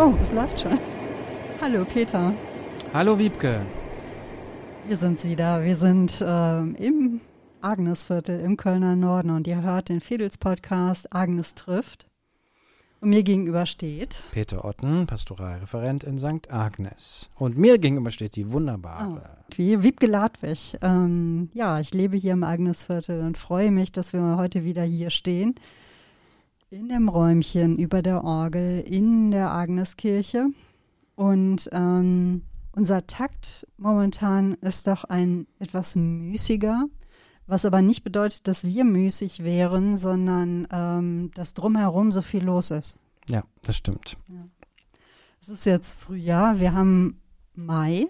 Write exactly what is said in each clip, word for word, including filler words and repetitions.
Oh, es läuft schon. Hallo Peter. Hallo Wiebke. Wir sind's wieder. Wir sind ähm, im Agnesviertel im Kölner Norden und ihr hört den Fedels-Podcast Agnes trifft. Und mir gegenüber steht Peter Otten, Pastoralreferent in Sankt Agnes. Und mir gegenüber steht die wunderbare oh, wie Wiebke Ladwig. Ähm, ja, ich lebe hier im Agnesviertel und freue mich, dass wir heute wieder hier stehen. In dem Räumchen über der Orgel in der Agneskirche. Und ähm, unser Takt momentan ist doch ein etwas müßiger, was aber nicht bedeutet, dass wir müßig wären, sondern ähm, dass drumherum so viel los ist. Ja, das stimmt. Ja. Es ist jetzt Frühjahr, wir haben Mai.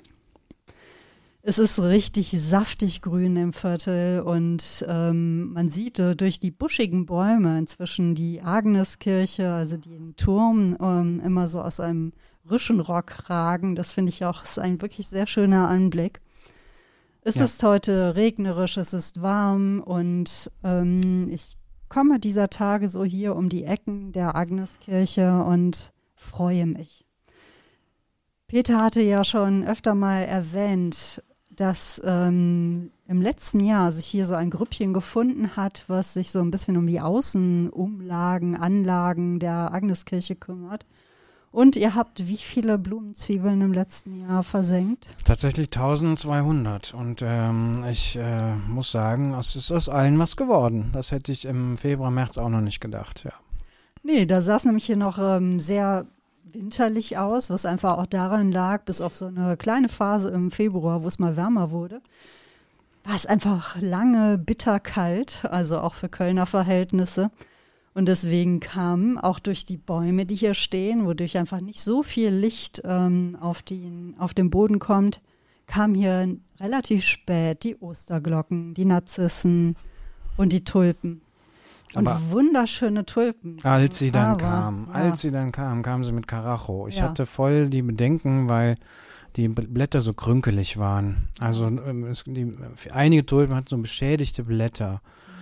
Es ist richtig saftig grün im Viertel und ähm, man sieht äh, durch die buschigen Bäume inzwischen die Agneskirche, also den Turm, ähm, immer so aus einem Rüschenrock ragen. Das finde ich auch, ist ein wirklich sehr schöner Anblick. Es ja. ist heute regnerisch, es ist warm und ähm, ich komme dieser Tage so hier um die Ecken der Agneskirche und freue mich. Peter hatte ja schon öfter mal erwähnt, dass ähm, im letzten Jahr sich hier so ein Grüppchen gefunden hat, was sich so ein bisschen um die Außenumlagen, Anlagen der Agneskirche kümmert. Und ihr habt wie viele Blumenzwiebeln im letzten Jahr versenkt? Tatsächlich eintausendzweihundert. Und ähm, ich äh, muss sagen, es ist aus allen was geworden. Das hätte ich im Februar, März auch noch nicht gedacht, ja. Nee, da sah es nämlich hier noch ähm, sehr winterlich aus, was einfach auch daran lag, bis auf so eine kleine Phase im Februar, wo es mal wärmer wurde, war es einfach lange bitterkalt, also auch für Kölner Verhältnisse. Und deswegen kam auch durch die Bäume, die hier stehen, wodurch einfach nicht so viel Licht ähm, auf, den, auf den Boden kommt, kam hier relativ spät die Osterglocken, die Narzissen und die Tulpen. Und aber wunderschöne Tulpen. Als sie dann aber, kam, ja. als sie dann kam, kam sie mit Karacho. Ich ja. hatte voll die Bedenken, weil die Blätter so krünkelig waren. Also es, die, einige Tulpen hatten so beschädigte Blätter.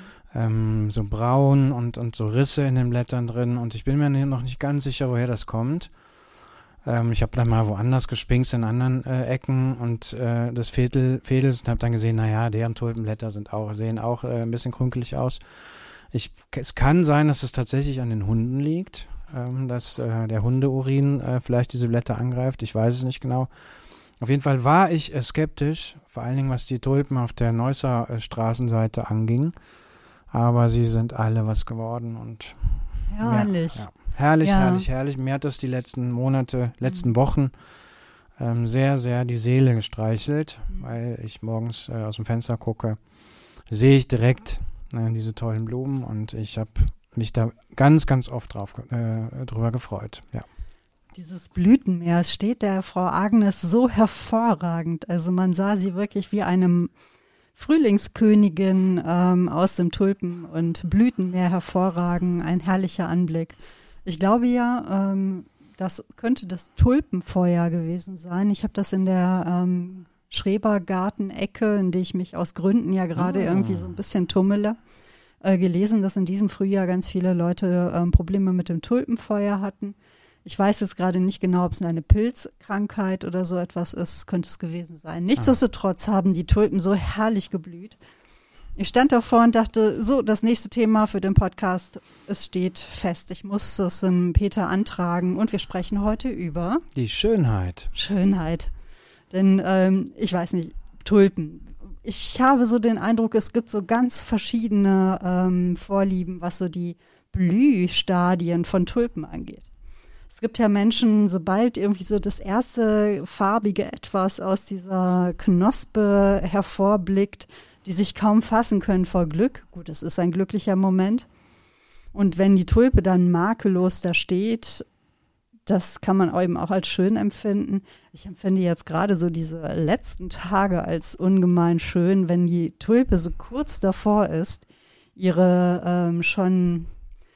Ähm, so braun und, und so Risse in den Blättern drin. Und ich bin mir noch nicht ganz sicher, woher das kommt. Ähm, ich habe dann mal woanders gespinkst in anderen äh, Ecken und äh, des Fedel, Fedels und habe dann gesehen, naja, deren Tulpenblätter sind auch, sehen auch äh, ein bisschen krünkelig aus. Ich, es kann sein, dass es tatsächlich an den Hunden liegt, ähm, dass äh, der Hundeurin äh, vielleicht diese Blätter angreift. Ich weiß es nicht genau. Auf jeden Fall war ich äh, skeptisch, vor allen Dingen was die Tulpen auf der Neusser äh, Straßenseite anging. Aber sie sind alle was geworden und herrlich. Ja, ja. Herrlich, ja. herrlich, herrlich. Mir hat das die letzten Monate, letzten mhm. Wochen ähm, sehr, sehr die Seele gestreichelt, mhm. weil ich morgens äh, aus dem Fenster gucke, sehe ich direkt äh, diese tollen Blumen und ich habe mich da ganz, ganz oft drauf, äh, drüber gefreut. Ja. Dieses Blütenmeer, es steht der Frau Agnes so hervorragend. Also man sah sie wirklich wie einem Frühlingskönigin ähm, aus dem Tulpen- und Blütenmeer hervorragen, ein herrlicher Anblick. Ich glaube ja, ähm, das könnte das Tulpenfeuer gewesen sein. Ich habe das in der ähm, Schrebergarten-Ecke, in der ich mich aus Gründen ja gerade oh. irgendwie so ein bisschen tummele, äh, gelesen, dass in diesem Frühjahr ganz viele Leute ähm, Probleme mit dem Tulpenfeuer hatten. Ich weiß jetzt gerade nicht genau, ob es eine Pilzkrankheit oder so etwas ist, könnte es gewesen sein. Nichtsdestotrotz haben die Tulpen so herrlich geblüht. Ich stand davor und dachte, so, das nächste Thema für den Podcast, es steht fest. Ich muss es dem Peter antragen und wir sprechen heute über die Schönheit. Schönheit. Denn ähm, ich weiß nicht, Tulpen. Ich habe so den Eindruck, es gibt so ganz verschiedene ähm, Vorlieben, was so die Blühstadien von Tulpen angeht. Es gibt ja Menschen, sobald irgendwie so das erste farbige Etwas aus dieser Knospe hervorblickt, die sich kaum fassen können vor Glück. Gut, es ist ein glücklicher Moment. Und wenn die Tulpe dann makellos da steht, das kann man eben auch als schön empfinden. Ich empfinde jetzt gerade so diese letzten Tage als ungemein schön, wenn die Tulpe so kurz davor ist, ihre ähm, schon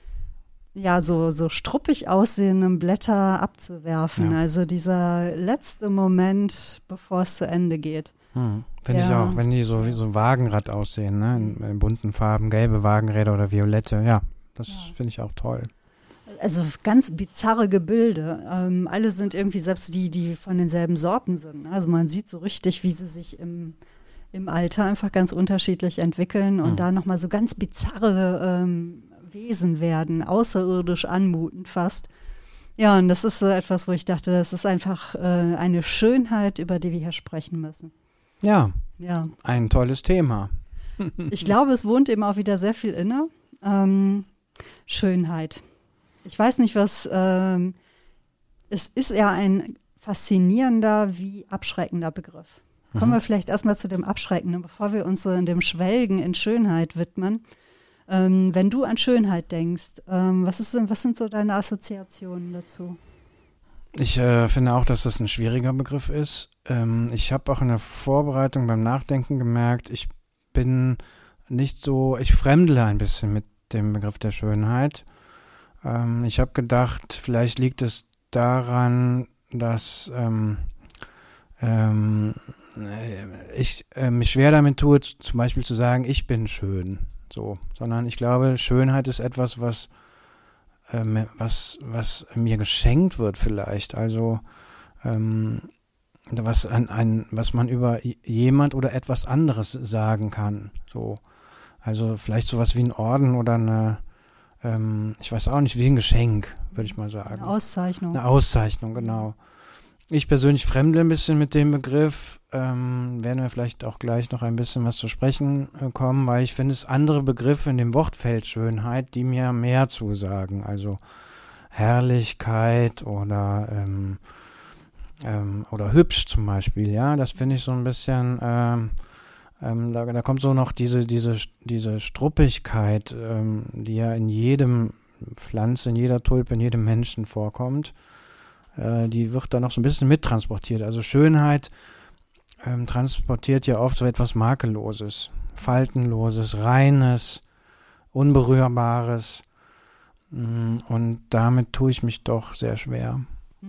ja, so, so struppig aussehenden Blätter abzuwerfen. Ja. Also dieser letzte Moment, bevor es zu Ende geht. Hm. Finde ja. ich auch, wenn die so wie so ein Wagenrad aussehen, ne? In, in bunten Farben, gelbe Wagenräder oder violette. Ja, das ja. finde ich auch toll. Also ganz bizarre Gebilde. Ähm, alle sind irgendwie, selbst die, die von denselben Sorten sind. Also man sieht so richtig, wie sie sich im, im Alter einfach ganz unterschiedlich entwickeln und mhm. da nochmal so ganz bizarre ähm, Wesen werden, außerirdisch anmutend fast. Ja, und das ist so etwas, wo ich dachte, das ist einfach äh, eine Schönheit, über die wir hier sprechen müssen. Ja, ja, ein tolles Thema. Ich glaube, es wohnt eben auch wieder sehr viel inne. Ähm, Schönheit. Ich weiß nicht, was, ähm, es ist ja ein faszinierender wie abschreckender Begriff. Mhm. Kommen wir vielleicht erstmal zu dem Abschreckenden, bevor wir uns so in dem Schwelgen in Schönheit widmen. Ähm, wenn du an Schönheit denkst, ähm, was ist, was sind so deine Assoziationen dazu? Ich äh, finde auch, dass das ein schwieriger Begriff ist. Ähm, ich habe auch in der Vorbereitung beim Nachdenken gemerkt, ich bin nicht so, ich fremdle ein bisschen mit dem Begriff der Schönheit. Ähm, ich habe gedacht, vielleicht liegt es daran, dass ähm, ähm, ich äh, mich schwer damit tue, z- zum Beispiel zu sagen, ich bin schön, so, sondern ich glaube, Schönheit ist etwas, was ähm, was was mir geschenkt wird vielleicht, also ähm, was ein, ein was man über jemand oder etwas anderes sagen kann, so, also vielleicht sowas wie ein Orden oder eine Ähm, ich weiß auch nicht, wie ein Geschenk, würde ich mal sagen. Eine Auszeichnung. Eine Auszeichnung, genau. Ich persönlich fremdle ein bisschen mit dem Begriff, ähm, werden wir vielleicht auch gleich noch ein bisschen was zu sprechen äh, kommen, weil ich finde es andere Begriffe in dem Wortfeld Schönheit, die mir mehr zusagen, also Herrlichkeit oder ähm, ähm, oder hübsch zum Beispiel, ja, das finde ich so ein bisschen ähm, Ähm, da, da kommt so noch diese, diese, diese Struppigkeit, ähm, die ja in jedem Pflanze, in jeder Tulpe, in jedem Menschen vorkommt. Äh, die wird da noch so ein bisschen mittransportiert. Also Schönheit ähm, transportiert ja oft so etwas Makelloses, Faltenloses, Reines, Unberührbares. Mm, und damit tue ich mich doch sehr schwer.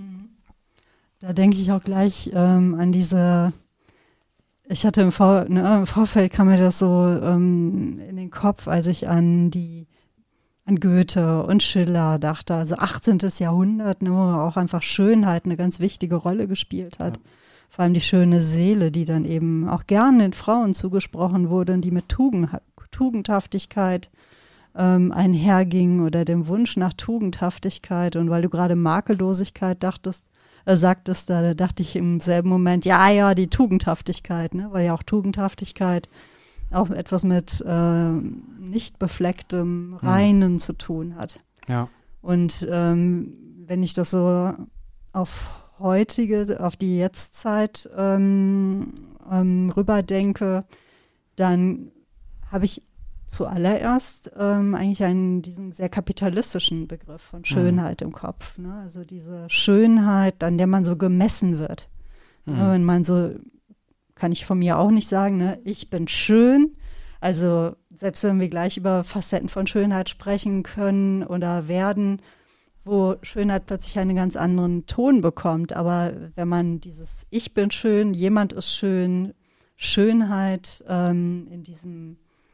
Da denke ich auch gleich ähm, an diese... Ich hatte im, Vor, ne, im Vorfeld kam mir das so ähm, in den Kopf, als ich an die an Goethe und Schiller dachte, also achtzehnten. Jahrhundert, ne, wo auch einfach Schönheit eine ganz wichtige Rolle gespielt hat. Ja. Vor allem die schöne Seele, die dann eben auch gerne den Frauen zugesprochen wurde und die mit Tugend, Tugendhaftigkeit ähm, einherging oder dem Wunsch nach Tugendhaftigkeit. Und weil du gerade Makellosigkeit dachtest, sagtest, da dachte ich im selben Moment, ja, ja, die Tugendhaftigkeit, ne? Weil ja auch Tugendhaftigkeit auch etwas mit äh, nicht beflecktem, Reinen mhm. zu tun hat. Ja. Und ähm, wenn ich das so auf heutige, auf die Jetztzeit ähm, ähm, rüberdenke, dann habe ich zuallererst ähm, eigentlich einen, diesen sehr kapitalistischen Begriff von Schönheit mhm. im Kopf. Ne? Also diese Schönheit, an der man so gemessen wird. Mhm. Ne? Wenn man so, kann ich von mir auch nicht sagen, ne? Ich bin schön. Also selbst wenn wir gleich über Facetten von Schönheit sprechen können oder werden, wo Schönheit plötzlich einen ganz anderen Ton bekommt. Aber wenn man dieses Ich bin schön, jemand ist schön, Schönheit ähm, in diesem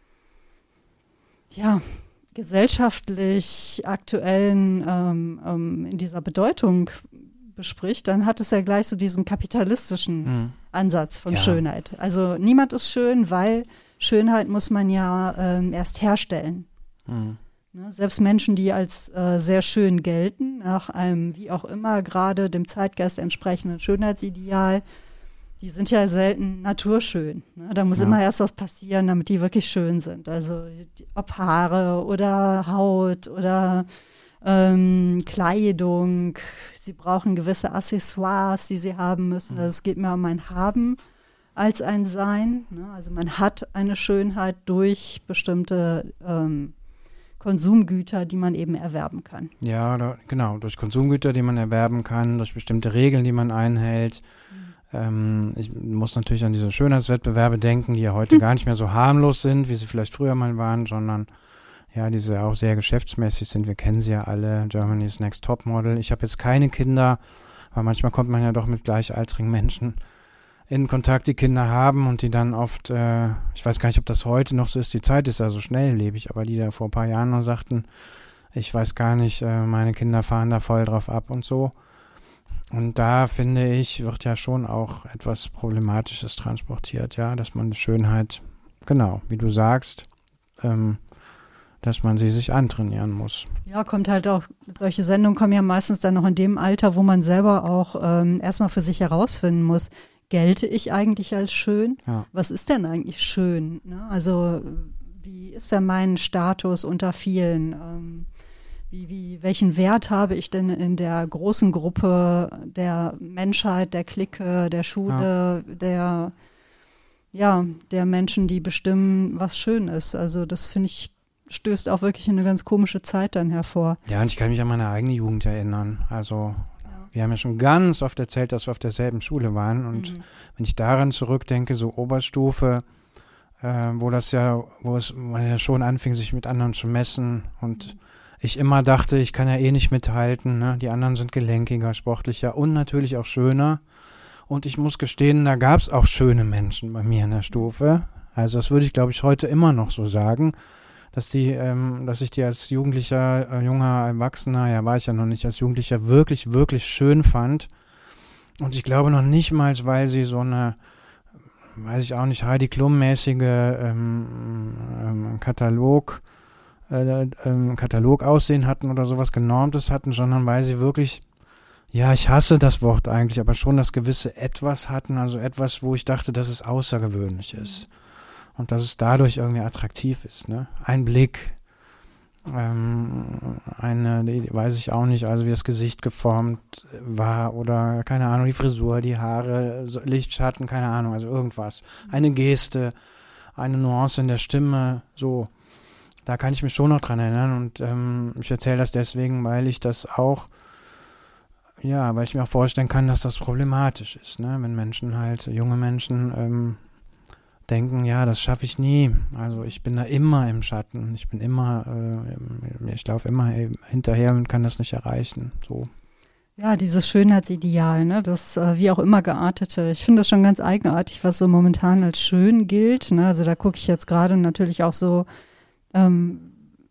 ja, gesellschaftlich aktuellen, ähm, ähm, in dieser Bedeutung bespricht, dann hat es ja gleich so diesen kapitalistischen mhm. Ansatz von ja. Schönheit. Also niemand ist schön, weil Schönheit muss man ja ähm, erst herstellen. Mhm. Ne, selbst Menschen, die als äh, sehr schön gelten, nach einem, wie auch immer, gerade dem Zeitgeist entsprechenden Schönheitsideal, die sind ja selten naturschön. Ne? Da muss ja. immer erst was passieren, damit die wirklich schön sind. Also die, ob Haare oder Haut oder ähm, Kleidung. Sie brauchen gewisse Accessoires, die sie haben müssen. Also es geht mehr um ein Haben als ein Sein. Ne? Also man hat eine Schönheit durch bestimmte ähm, Konsumgüter, die man eben erwerben kann. Ja, da, genau. Durch Konsumgüter, die man erwerben kann, durch bestimmte Regeln, die man einhält. Ich muss natürlich an diese Schönheitswettbewerbe denken, die ja heute gar nicht mehr so harmlos sind, wie sie vielleicht früher mal waren, sondern ja, diese auch sehr geschäftsmäßig sind. Wir kennen sie ja alle, Germany's Next Topmodel. Ich habe jetzt keine Kinder, weil manchmal kommt man ja doch mit gleichaltrigen Menschen in Kontakt, die Kinder haben und die dann oft, äh, ich weiß gar nicht, ob das heute noch so ist, die Zeit ist ja so schnelllebig, aber die da vor ein paar Jahren noch sagten, ich weiß gar nicht, äh, meine Kinder fahren da voll drauf ab und so. Und da, finde ich, wird ja schon auch etwas Problematisches transportiert, ja, dass man Schönheit, genau, wie du sagst, ähm, dass man sie sich antrainieren muss. Ja, kommt halt auch, solche Sendungen kommen ja meistens dann noch in dem Alter, wo man selber auch ähm, erstmal für sich herausfinden muss, gelte ich eigentlich als schön? Ja. Was ist denn eigentlich schön? Ne? Also wie ist denn mein Status unter vielen? Ähm, wie, wie, welchen Wert habe ich denn in der großen Gruppe der Menschheit, der Clique, der Schule, ja. der ja, der Menschen, die bestimmen, was schön ist. Also das, finde ich, stößt auch wirklich in eine ganz komische Zeit dann hervor. Ja, und ich kann mich an meine eigene Jugend erinnern. Also wir haben ja schon ganz oft erzählt, dass wir auf derselben Schule waren. Und mhm. wenn ich daran zurückdenke, so Oberstufe, äh, wo das ja, wo es ja schon anfing, sich mit anderen zu messen. Und mhm. ich immer dachte, ich kann ja eh nicht mithalten. Ne? Die anderen sind gelenkiger, sportlicher und natürlich auch schöner. Und ich muss gestehen, da gab es auch schöne Menschen bei mir in der Stufe. Also das würde ich, glaube ich, heute immer noch so sagen, dass die, ähm, dass ich die als Jugendlicher, äh, junger Erwachsener, ja war ich ja noch nicht, als Jugendlicher wirklich, wirklich schön fand. Und ich glaube noch nicht mal, weil sie so eine, weiß ich auch nicht, Heidi Klum-mäßige ähm, ähm, Katalog, äh, ähm, Katalog aussehen hatten oder sowas Genormtes hatten, sondern weil sie wirklich, ja, ich hasse das Wort eigentlich, aber schon das gewisse Etwas hatten, also etwas, wo ich dachte, dass es außergewöhnlich ist. Und dass es dadurch irgendwie attraktiv ist, ne? Ein Blick, ähm, eine, die, weiß ich auch nicht, also wie das Gesicht geformt war oder, keine Ahnung, die Frisur, die Haare, Licht, Schatten, keine Ahnung, also irgendwas. Eine Geste, eine Nuance in der Stimme, so. Da kann ich mich schon noch dran erinnern und ähm, ich erzähle das deswegen, weil ich das auch, ja, weil ich mir auch vorstellen kann, dass das problematisch ist, ne? Wenn Menschen halt, junge Menschen, ähm, denken, ja, das schaffe ich nie. Also ich bin da immer im Schatten. Ich bin immer, äh, ich laufe immer hinterher und kann das nicht erreichen. So. Ja, dieses Schönheitsideal, ne, das äh, wie auch immer geartete. Ich finde das schon ganz eigenartig, was so momentan als schön gilt. Ne? Also da gucke ich jetzt gerade natürlich auch so, ähm,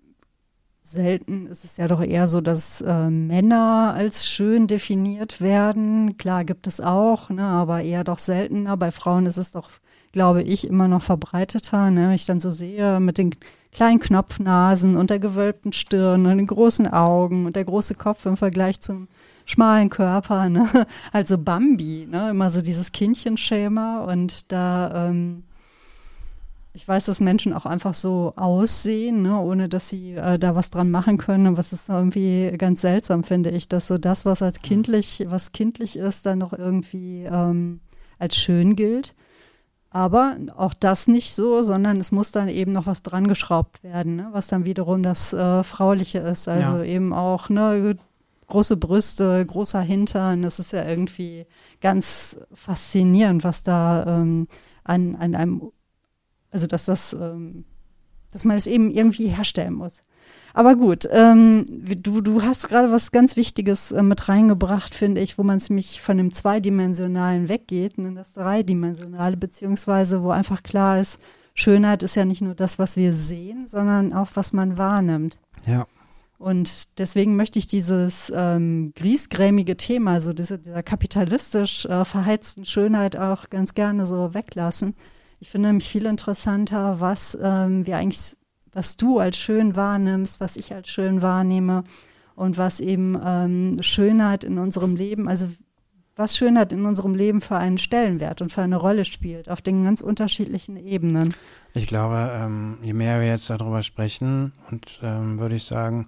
selten ist es ja doch eher so, dass äh, Männer als schön definiert werden. Klar gibt es auch, ne, aber eher doch seltener. Bei Frauen ist es doch, glaube ich, immer noch verbreiteter. Ne? Ich dann so sehe mit den kleinen Knopfnasen und der gewölbten Stirn und den großen Augen und der große Kopf im Vergleich zum schmalen Körper. Ne? Also Bambi, ne? Immer so dieses Kindchenschema und da ähm, ich weiß, dass Menschen auch einfach so aussehen, ne, ohne dass sie äh, da was dran machen können. Und was ist irgendwie ganz seltsam, finde ich, dass so das, was als kindlich, was kindlich ist, dann noch irgendwie ähm, als schön gilt. Aber auch das nicht so, sondern es muss dann eben noch was dran geschraubt werden, ne, was dann wiederum das äh, Frauliche ist. Also ja. eben auch ne, große Brüste, großer Hintern. Das ist ja irgendwie ganz faszinierend, was da ähm, an, an einem Also dass das, ähm, dass man es eben irgendwie herstellen muss. Aber gut, ähm, du, du hast gerade was ganz Wichtiges äh, mit reingebracht, finde ich, wo man ziemlich von dem Zweidimensionalen weggeht, in das Dreidimensionale, beziehungsweise wo einfach klar ist, Schönheit ist ja nicht nur das, was wir sehen, sondern auch, was man wahrnimmt. Ja. Und deswegen möchte ich dieses ähm, griesgrämige Thema, also diese, dieser kapitalistisch äh, verheizten Schönheit auch ganz gerne so weglassen. Ich finde nämlich viel interessanter, was ähm, wir eigentlich, was du als schön wahrnimmst, was ich als schön wahrnehme und was eben ähm, Schönheit in unserem Leben, also was Schönheit in unserem Leben für einen Stellenwert und für eine Rolle spielt, auf den ganz unterschiedlichen Ebenen. Ich glaube, ähm, je mehr wir jetzt darüber sprechen, und ähm, würde ich sagen,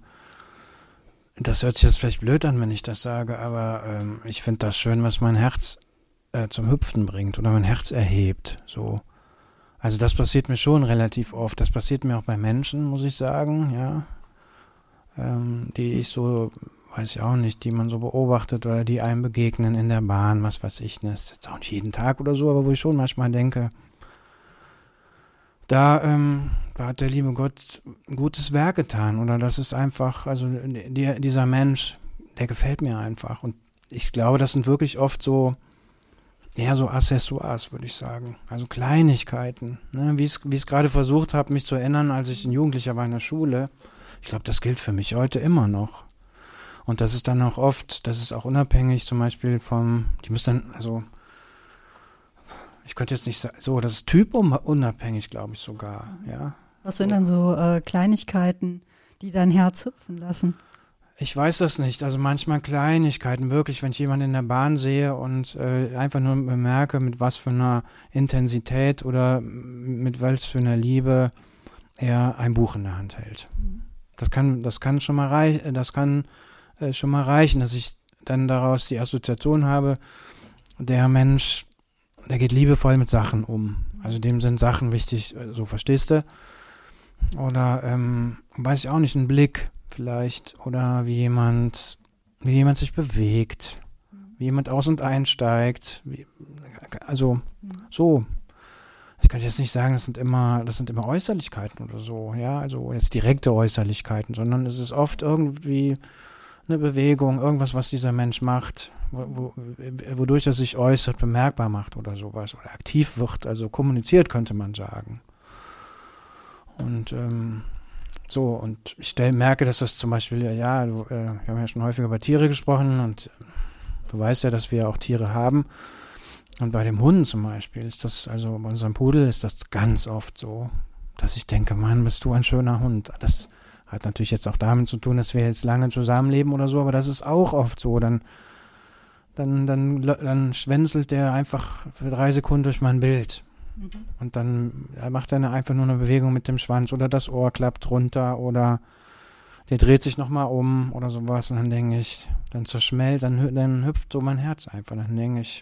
das hört sich jetzt vielleicht blöd an, wenn ich das sage, aber ähm, ich finde das schön, was mein Herz äh, zum Hüpfen bringt oder mein Herz erhebt, so. Also das passiert mir schon relativ oft. Das passiert mir auch bei Menschen, muss ich sagen, ja. Ähm, die ich so, weiß ich auch nicht, die man so beobachtet oder die einem begegnen in der Bahn, was weiß ich, ne. Das ist jetzt auch nicht jeden Tag oder so, aber wo ich schon manchmal denke, da, ähm, da hat der liebe Gott ein gutes Werk getan. Oder das ist einfach, also die, dieser Mensch, der gefällt mir einfach. Und ich glaube, das sind wirklich oft so, eher so Accessoires, würde ich sagen. Also Kleinigkeiten. Ne? Wie ich es gerade versucht habe, mich zu erinnern, als ich ein Jugendlicher war in der Schule. Ich glaube, das gilt für mich heute immer noch. Und das ist dann auch oft, das ist auch unabhängig zum Beispiel vom, die müssen dann, also ich könnte jetzt nicht sagen, so, das ist typunabhängig, glaube ich sogar, ja. Was sind dann so äh, Kleinigkeiten, die dein Herz hüpfen lassen? Ich weiß das nicht, also manchmal Kleinigkeiten, wirklich, wenn ich jemanden in der Bahn sehe und äh, einfach nur bemerke, mit was für einer Intensität oder mit was für einer Liebe er ein Buch in der Hand hält. Mhm. Das kann, das kann schon mal reichen, das kann äh, schon mal reichen, dass ich dann daraus die Assoziation habe, der Mensch, der geht liebevoll mit Sachen um. Also dem sind Sachen wichtig, so verstehst du? Oder, ähm, weiß ich auch nicht, ein Blick vielleicht. Oder wie jemand, wie jemand sich bewegt. Wie jemand aus- und einsteigt. Wie, also, so. Ich kann jetzt nicht sagen, das sind immer, das sind immer Äußerlichkeiten oder so, ja. Also jetzt direkte Äußerlichkeiten, sondern es ist oft irgendwie eine Bewegung, irgendwas, was dieser Mensch macht, wo, wo, wodurch er sich äußert, bemerkbar macht oder sowas. Oder aktiv wird, also kommuniziert, könnte man sagen. Und ähm, so, und ich stell, merke, dass das zum Beispiel, ja, du, äh, wir haben ja schon häufiger über Tiere gesprochen und äh, du weißt ja, dass wir auch Tiere haben. Und bei dem Hund zum Beispiel ist das, also bei unserem Pudel ist das ganz oft so, dass ich denke, Mann, bist du ein schöner Hund. Das hat natürlich jetzt auch damit zu tun, dass wir jetzt lange zusammenleben oder so, aber das ist auch oft so. Dann, dann, dann, dann schwänzelt der einfach für drei Sekunden durch mein Bild. Mhm. Und dann macht er einfach nur eine Bewegung mit dem Schwanz oder das Ohr klappt runter oder der dreht sich nochmal um oder sowas. Und dann denke ich, dann zerschmelzt, dann, dann hüpft so mein Herz einfach. Dann denke ich,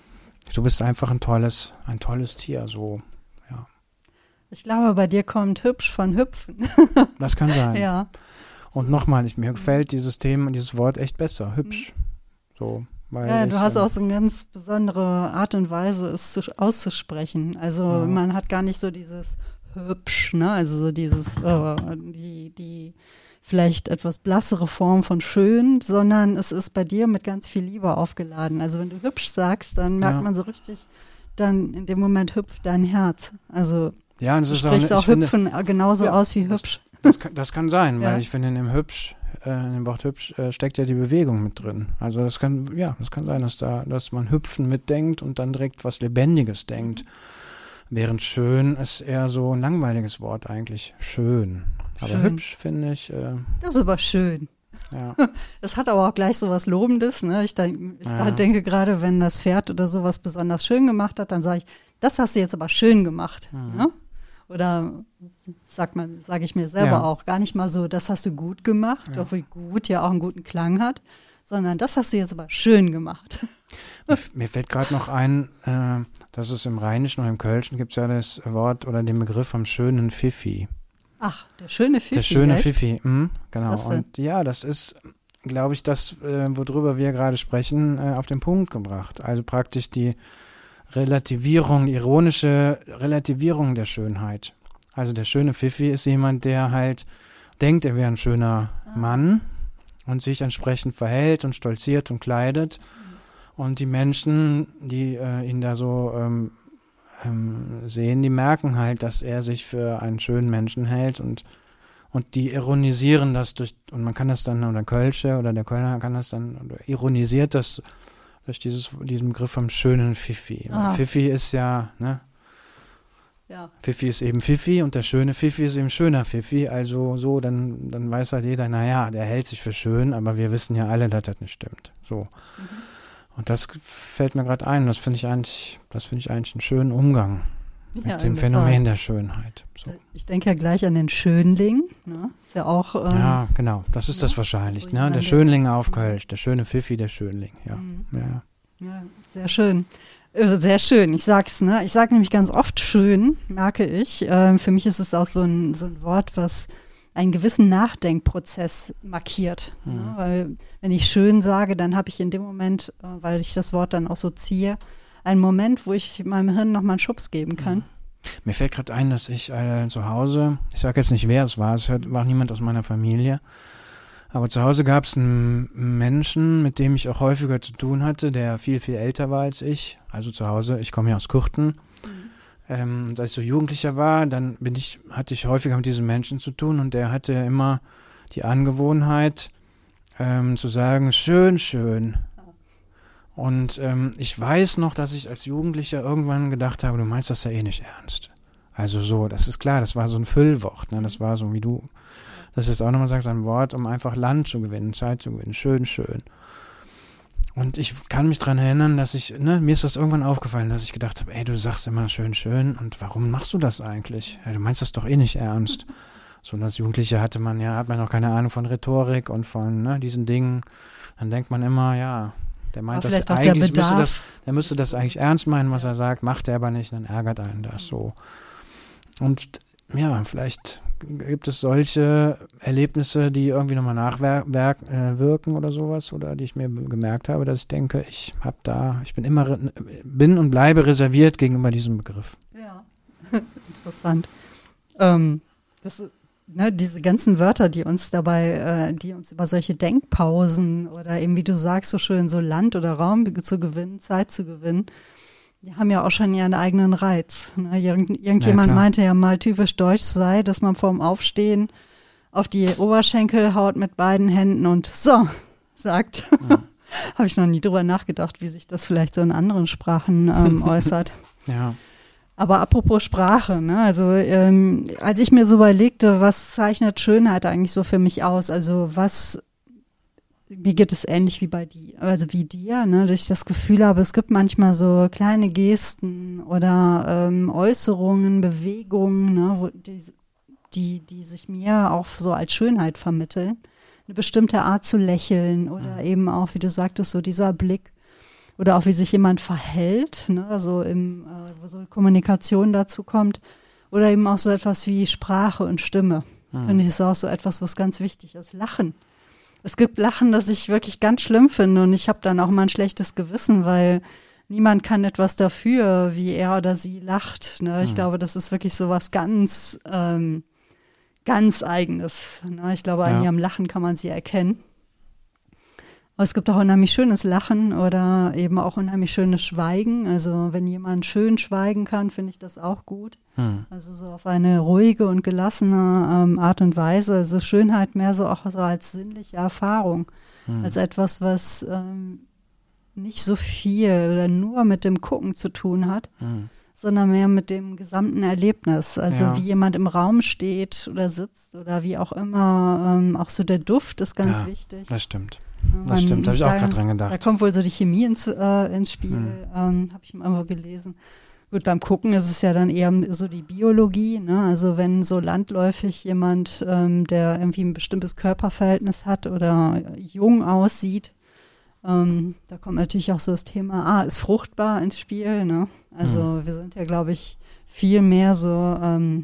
du bist einfach ein tolles, ein tolles Tier, so, ja. Ich glaube, bei dir kommt hübsch von hüpfen. Das kann sein. Ja. Und nochmal, mir gefällt dieses Thema, dieses Wort echt besser, hübsch. So, weil ja, ich, du hast äh, auch so eine ganz besondere Art und Weise, es zu, auszusprechen. Also ja. Man hat gar nicht so dieses hübsch, ne? Also so dieses, äh, die, die vielleicht etwas blassere Form von schön, sondern es ist bei dir mit ganz viel Liebe aufgeladen. Also wenn du hübsch sagst, dann merkt ja. man so richtig, dann in dem Moment hüpft dein Herz. Also ja, und es du ist sprichst auch, auch finde, hüpfen genauso ja, aus wie das, hübsch. Das kann, das kann sein, Ja. weil ich finde, in dem hübsch, äh, in dem Wort hübsch äh, steckt ja die Bewegung mit drin. Also das kann, ja, das kann sein, dass da, dass man hüpfen mitdenkt und dann direkt was Lebendiges denkt. Während schön ist eher so ein langweiliges Wort eigentlich. Schön. Aber Schön. Hübsch finde ich. Äh, Das ist aber schön. Ja. Das hat aber auch gleich so was Lobendes. Ne? Ich, denk, ich Ja. denke gerade, wenn das Pferd oder sowas besonders schön gemacht hat, dann sage ich, das hast du jetzt aber schön gemacht. Mhm. Ne? Oder sag mal, sage ich mir selber Ja. auch, gar nicht mal so, das hast du gut gemacht, Ja. obwohl gut ja auch einen guten Klang hat, sondern das hast du jetzt aber schön gemacht. Mir, mir fällt gerade noch ein, äh, dass es im Rheinischen und im Kölschen gibt es ja das Wort oder den Begriff vom schönen Pfiffi. Ach, der schöne Pfiffi. Der schöne echt? Pfiffi, mhm, genau. Was ist das denn? Und ja, das ist, glaube ich, das, äh, worüber wir gerade sprechen, äh, auf den Punkt gebracht. Also praktisch die Relativierung, die ironische Relativierung der Schönheit. Also der schöne Pfiffi ist jemand, der halt denkt, er wäre ein schöner Ah. Mann und sich entsprechend verhält und stolziert und kleidet. Und die Menschen, die äh, ihn da so ähm, ähm, sehen, die merken halt, dass er sich für einen schönen Menschen hält und und die ironisieren das durch, und man kann das dann, oder der Kölsche oder der Kölner kann das dann, oder ironisiert das durch dieses, diesen Begriff vom schönen Pfiffi. Ah. Pfiffi ist ja, ne, Ja. Pfiffi ist eben Pfiffi und der schöne Pfiffi ist eben schöner Pfiffi, also so, dann, dann weiß halt jeder, naja, der hält sich für schön, aber wir wissen ja alle, dass das nicht stimmt. So. Mhm. Und das fällt mir gerade ein, das finde ich eigentlich, das finde ich eigentlich einen schönen Umgang mit Ja, dem in der Phänomen Tat. der Schönheit. So. Ich denke ja gleich an den Schönling. Ne? Ist ja auch. Ähm, Ja, genau, das ist ja, das wahrscheinlich, so ne? jemand, Der der- Schönling auf Kölsch, der schöne Pfiffi, der Schönling, ja. Mhm. ja. Ja, sehr schön. Äh, Sehr schön. Ich sag's, ne? Ich sage nämlich ganz oft schön, merke ich. Ähm, für mich ist es auch so ein, so ein Wort, was einen gewissen Nachdenkprozess markiert. Mhm. Ne? Weil wenn ich schön sage, dann habe ich in dem Moment, äh, weil ich das Wort dann auch so ziehe, einen Moment, wo ich meinem Hirn nochmal einen Schubs geben kann. Mir fällt gerade ein, dass ich äh, zu Hause, ich sage jetzt nicht, wer es war, es hört- war niemand aus meiner Familie, aber zu Hause gab es einen Menschen, mit dem ich auch häufiger zu tun hatte, der viel, viel älter war als ich. Also zu Hause, ich komme ja aus Kürten, Ähm, und als ich so Jugendlicher war, dann bin ich, hatte ich häufiger mit diesen Menschen zu tun und der hatte immer die Angewohnheit, ähm, zu sagen, schön, schön. Und ähm, ich weiß noch, dass ich als Jugendlicher irgendwann gedacht habe, du meinst das ja eh nicht ernst. Also so, das ist klar, das war so ein Füllwort, ne? Das war so, wie du das jetzt auch nochmal sagst, ein Wort, um einfach Land zu gewinnen, Zeit zu gewinnen, schön, schön. Und ich kann mich daran erinnern, dass ich, ne, mir ist das irgendwann aufgefallen, dass ich gedacht habe, ey, du sagst immer schön, schön und warum machst du das eigentlich? Ja, du meinst das doch eh nicht ernst. So, und als Jugendliche hatte man ja, hat man noch keine Ahnung von Rhetorik und von, ne, diesen Dingen. Dann denkt man immer, ja, der meint aber das eigentlich, müsste das, der müsste das eigentlich ernst meinen, was er sagt, macht er aber nicht, dann ärgert einen das so. Und ja, vielleicht gibt es solche Erlebnisse, die irgendwie nochmal nachwirken äh, oder sowas, oder die ich mir gemerkt habe, dass ich denke, ich habe da, ich bin immer, bin und bleibe reserviert gegenüber diesem Begriff. Ja, interessant. Ähm, das, ne, diese ganzen Wörter, die uns dabei, äh, die uns über solche Denkpausen oder eben, wie du sagst, so schön so Land oder Raum zu gewinnen, Zeit zu gewinnen, die haben ja auch schon ihren eigenen Reiz. Ne? Irgend, irgendjemand ja, meinte ja mal, typisch deutsch sei, dass man vorm Aufstehen auf die Oberschenkel haut mit beiden Händen und so sagt. Ja. Habe ich noch nie drüber nachgedacht, wie sich das vielleicht so in anderen Sprachen ähm, äußert. Ja. Aber apropos Sprache, ne? Also ähm, als ich mir so überlegte, was zeichnet Schönheit eigentlich so für mich aus? Also was mir geht es ähnlich wie bei dir, also wie dir, ne, dass ich das Gefühl habe, es gibt manchmal so kleine Gesten oder ähm, Äußerungen, Bewegungen, ne, wo die, die, die sich mir auch so als Schönheit vermitteln. Eine bestimmte Art zu lächeln oder mhm. eben auch, wie du sagtest, so dieser Blick oder auch wie sich jemand verhält, ne, also im, äh, wo so Kommunikation dazu kommt oder eben auch so etwas wie Sprache und Stimme. Mhm. Finde ich, ist auch so etwas, was ganz wichtig ist. Lachen. Es gibt Lachen, das ich wirklich ganz schlimm finde und ich habe dann auch mal ein schlechtes Gewissen, weil niemand kann etwas dafür, wie er oder sie lacht. Ne? Ich mhm. glaube, das ist wirklich so was ganz, ähm, ganz Eigenes. Ne? Ich glaube, ja. an ihrem Lachen kann man sie erkennen. Aber es gibt auch unheimlich schönes Lachen oder eben auch unheimlich schönes Schweigen. Also wenn jemand schön schweigen kann, finde ich das auch gut. Hm. Also so auf eine ruhige und gelassene ähm, Art und Weise. Also Schönheit mehr so auch so als sinnliche Erfahrung. Hm. Als etwas, was ähm, nicht so viel oder nur mit dem Gucken zu tun hat, hm. sondern mehr mit dem gesamten Erlebnis. Also ja. wie jemand im Raum steht oder sitzt oder wie auch immer. Ähm, auch so der Duft ist ganz ja, wichtig. Das stimmt. Das Man, stimmt, da habe ich auch gerade dran gedacht. Da kommt wohl so die Chemie ins, äh, ins Spiel, hm. ähm, habe ich mal irgendwo gelesen. Gut, beim Gucken ist es ja dann eher so die Biologie, ne? Also wenn so landläufig jemand, ähm, der irgendwie ein bestimmtes Körperverhältnis hat oder jung aussieht, ähm, da kommt natürlich auch so das Thema, ah, ist fruchtbar ins Spiel, ne? Also hm. wir sind ja, glaube ich, viel mehr so ähm,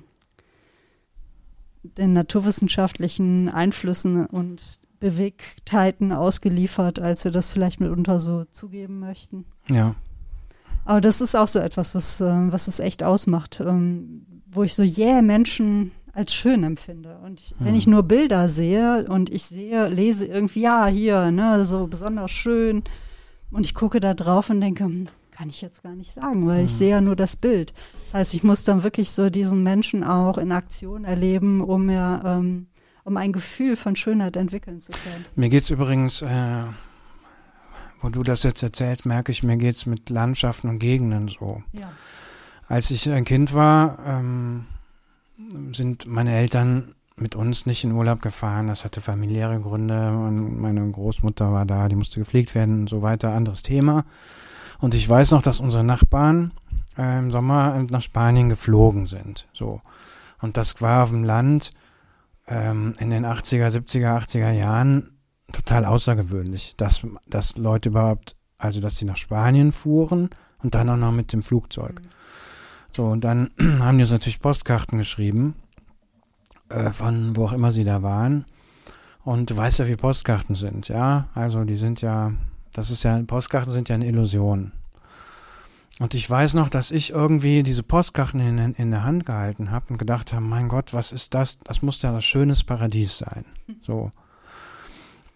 den naturwissenschaftlichen Einflüssen und Bewegtheiten ausgeliefert, als wir das vielleicht mitunter so zugeben möchten. Ja. Aber das ist auch so etwas, was, äh, was es echt ausmacht, ähm, wo ich so jähe Menschen als schön empfinde. Und ich, hm. wenn ich nur Bilder sehe und ich sehe, lese irgendwie, ja, hier, ne, so besonders schön und ich gucke da drauf und denke, hm, kann ich jetzt gar nicht sagen, weil hm. ich sehe ja nur das Bild. Das heißt, ich muss dann wirklich so diesen Menschen auch in Aktion erleben, um mir ähm, um ein Gefühl von Schönheit entwickeln zu können. Mir geht's übrigens, äh, wo du das jetzt erzählst, merke ich, mir geht's mit Landschaften und Gegenden so. Ja. Als ich ein Kind war, ähm, sind meine Eltern mit uns nicht in Urlaub gefahren. Das hatte familiäre Gründe. Meine Großmutter war da, die musste gepflegt werden und so weiter. Anderes Thema. Und ich weiß noch, dass unsere Nachbarn äh, im Sommer nach Spanien geflogen sind. So. Und das war auf dem Land in den achtziger, siebziger, achtziger Jahren total außergewöhnlich, dass, dass Leute überhaupt, also dass sie nach Spanien fuhren und dann auch noch mit dem Flugzeug. Mhm. So, und dann haben die uns natürlich Postkarten geschrieben, äh, von wo auch immer sie da waren. Und du weißt ja, wie Postkarten sind, ja? Also die sind ja, das ist ja, Postkarten sind ja eine Illusion. Und ich weiß noch, dass ich irgendwie diese Postkarten in, in der Hand gehalten habe und gedacht habe, mein Gott, was ist das? Das muss ja das schönes Paradies sein. So.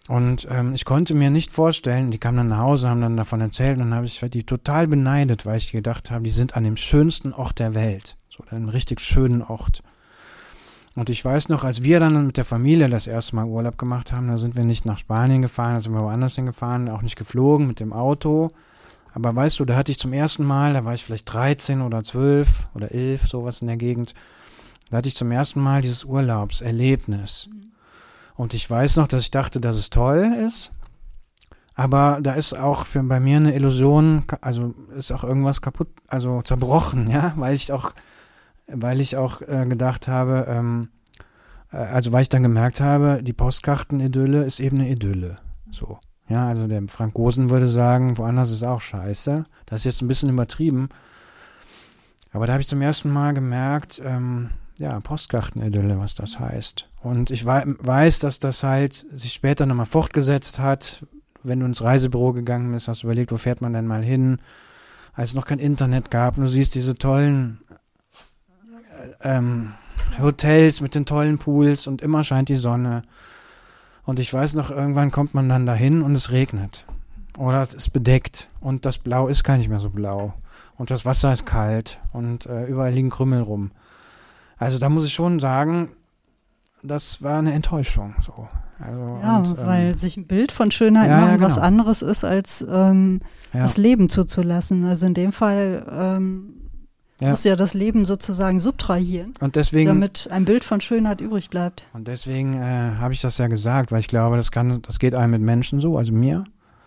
Und ähm, ich konnte mir nicht vorstellen, die kamen dann nach Hause, haben dann davon erzählt und dann habe ich die total beneidet, weil ich gedacht habe, die sind an dem schönsten Ort der Welt. So einem richtig schönen Ort. Und ich weiß noch, als wir dann mit der Familie das erste Mal Urlaub gemacht haben, da sind wir nicht nach Spanien gefahren, da sind wir woanders hingefahren, auch nicht geflogen mit dem Auto. Aber weißt du, da hatte ich zum ersten Mal, da war ich vielleicht dreizehn oder zwölf oder elf, sowas in der Gegend, da hatte ich zum ersten Mal dieses Urlaubserlebnis. Mhm. Und ich weiß noch, dass ich dachte, dass es toll ist, aber da ist auch für bei mir eine Illusion, also ist auch irgendwas kaputt, also zerbrochen, ja, weil ich auch, weil ich auch äh, gedacht habe, ähm, äh, also weil ich dann gemerkt habe, die Postkarten-Idylle ist eben eine Idylle, so. Ja, also der Frank Gosen würde sagen, woanders ist auch scheiße. Das ist jetzt ein bisschen übertrieben, aber da habe ich zum ersten Mal gemerkt, ähm, ja, Postkarten-Idylle, was das heißt. Und ich wei- weiß, dass das halt sich später nochmal fortgesetzt hat. Wenn du ins Reisebüro gegangen bist, hast du überlegt, wo fährt man denn mal hin, als es noch kein Internet gab. Und du siehst diese tollen äh, ähm, Hotels mit den tollen Pools und immer scheint die Sonne. Und ich weiß noch, irgendwann kommt man dann dahin und es regnet. Oder es ist bedeckt und das Blau ist gar nicht mehr so blau. Und das Wasser ist kalt und äh, überall liegen Krümel rum. Also da muss ich schon sagen, das war eine Enttäuschung. So. Also, ja, und, ähm, weil sich ein Bild von Schönheit ja, machen ja, genau. was anderes ist, als ähm, ja. das Leben zuzulassen. Also in dem Fall ähm, ja. muss ja das Leben sozusagen subtrahieren, und deswegen, damit ein Bild von Schönheit übrig bleibt. Und deswegen äh, habe ich das ja gesagt, weil ich glaube, das kann, das geht einem mit Menschen so, also mir.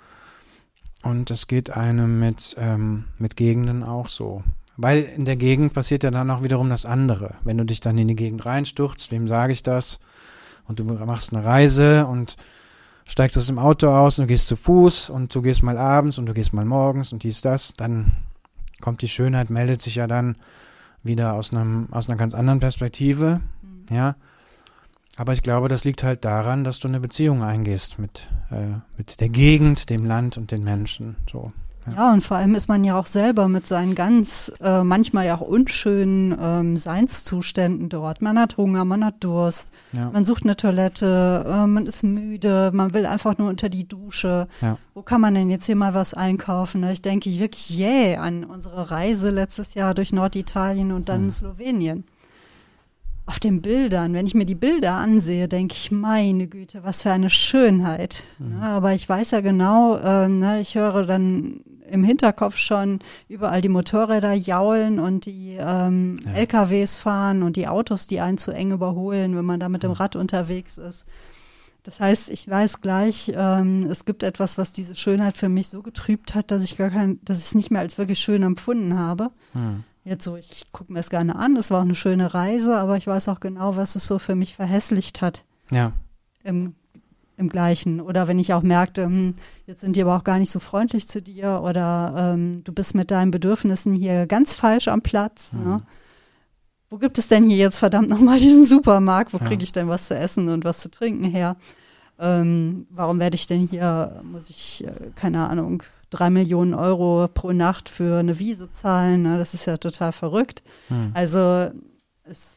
Und es geht einem mit, ähm, mit Gegenden auch so. Weil in der Gegend passiert ja dann auch wiederum das andere. Wenn du dich dann in die Gegend reinstürzt, wem sage ich das? Und du machst eine Reise und steigst aus dem Auto aus und du gehst zu Fuß und du gehst mal abends und du gehst mal morgens und dies, das, dann kommt die Schönheit, meldet sich ja dann wieder aus einem, aus einer ganz anderen Perspektive, mhm. ja. Aber ich glaube, das liegt halt daran, dass du eine Beziehung eingehst mit, äh, mit der Gegend, dem Land und den Menschen, so. Ja. ja, und vor allem ist man ja auch selber mit seinen ganz, äh, manchmal ja auch unschönen ähm, Seinszuständen dort. Man hat Hunger, man hat Durst, ja. man sucht eine Toilette, äh, man ist müde, man will einfach nur unter die Dusche. Ja. Wo kann man denn jetzt hier mal was einkaufen? Ich denke wirklich jäh an unsere Reise letztes Jahr durch Norditalien und dann mhm. Slowenien. Auf den Bildern, wenn ich mir die Bilder ansehe, denke ich, meine Güte, was für eine Schönheit. Mhm. Ja, aber ich weiß ja genau, äh, ne, ich höre dann im Hinterkopf schon überall die Motorräder jaulen und die ähm, ja. L K Ws fahren und die Autos, die einen zu eng überholen, wenn man da mit dem Rad unterwegs ist. Das heißt, ich weiß gleich, ähm, es gibt etwas, was diese Schönheit für mich so getrübt hat, dass ich gar kein, dass ich es nicht mehr als wirklich schön empfunden habe. Mhm. Jetzt so, ich gucke mir es gerne an, es war auch eine schöne Reise, aber ich weiß auch genau, was es so für mich verhässlicht hat. Ja. Im, im Gleichen. Oder wenn ich auch merkte, hm, jetzt sind die aber auch gar nicht so freundlich zu dir oder ähm, du bist mit deinen Bedürfnissen hier ganz falsch am Platz. Mhm. Ne? Wo gibt es denn hier jetzt verdammt nochmal diesen Supermarkt? Wo kriege ja. ich denn was zu essen und was zu trinken her? Ähm, warum werde ich denn hier, muss ich, äh, keine Ahnung, drei Millionen Euro pro Nacht für eine Wiese zahlen? Ne? Das ist ja total verrückt. Hm. Also es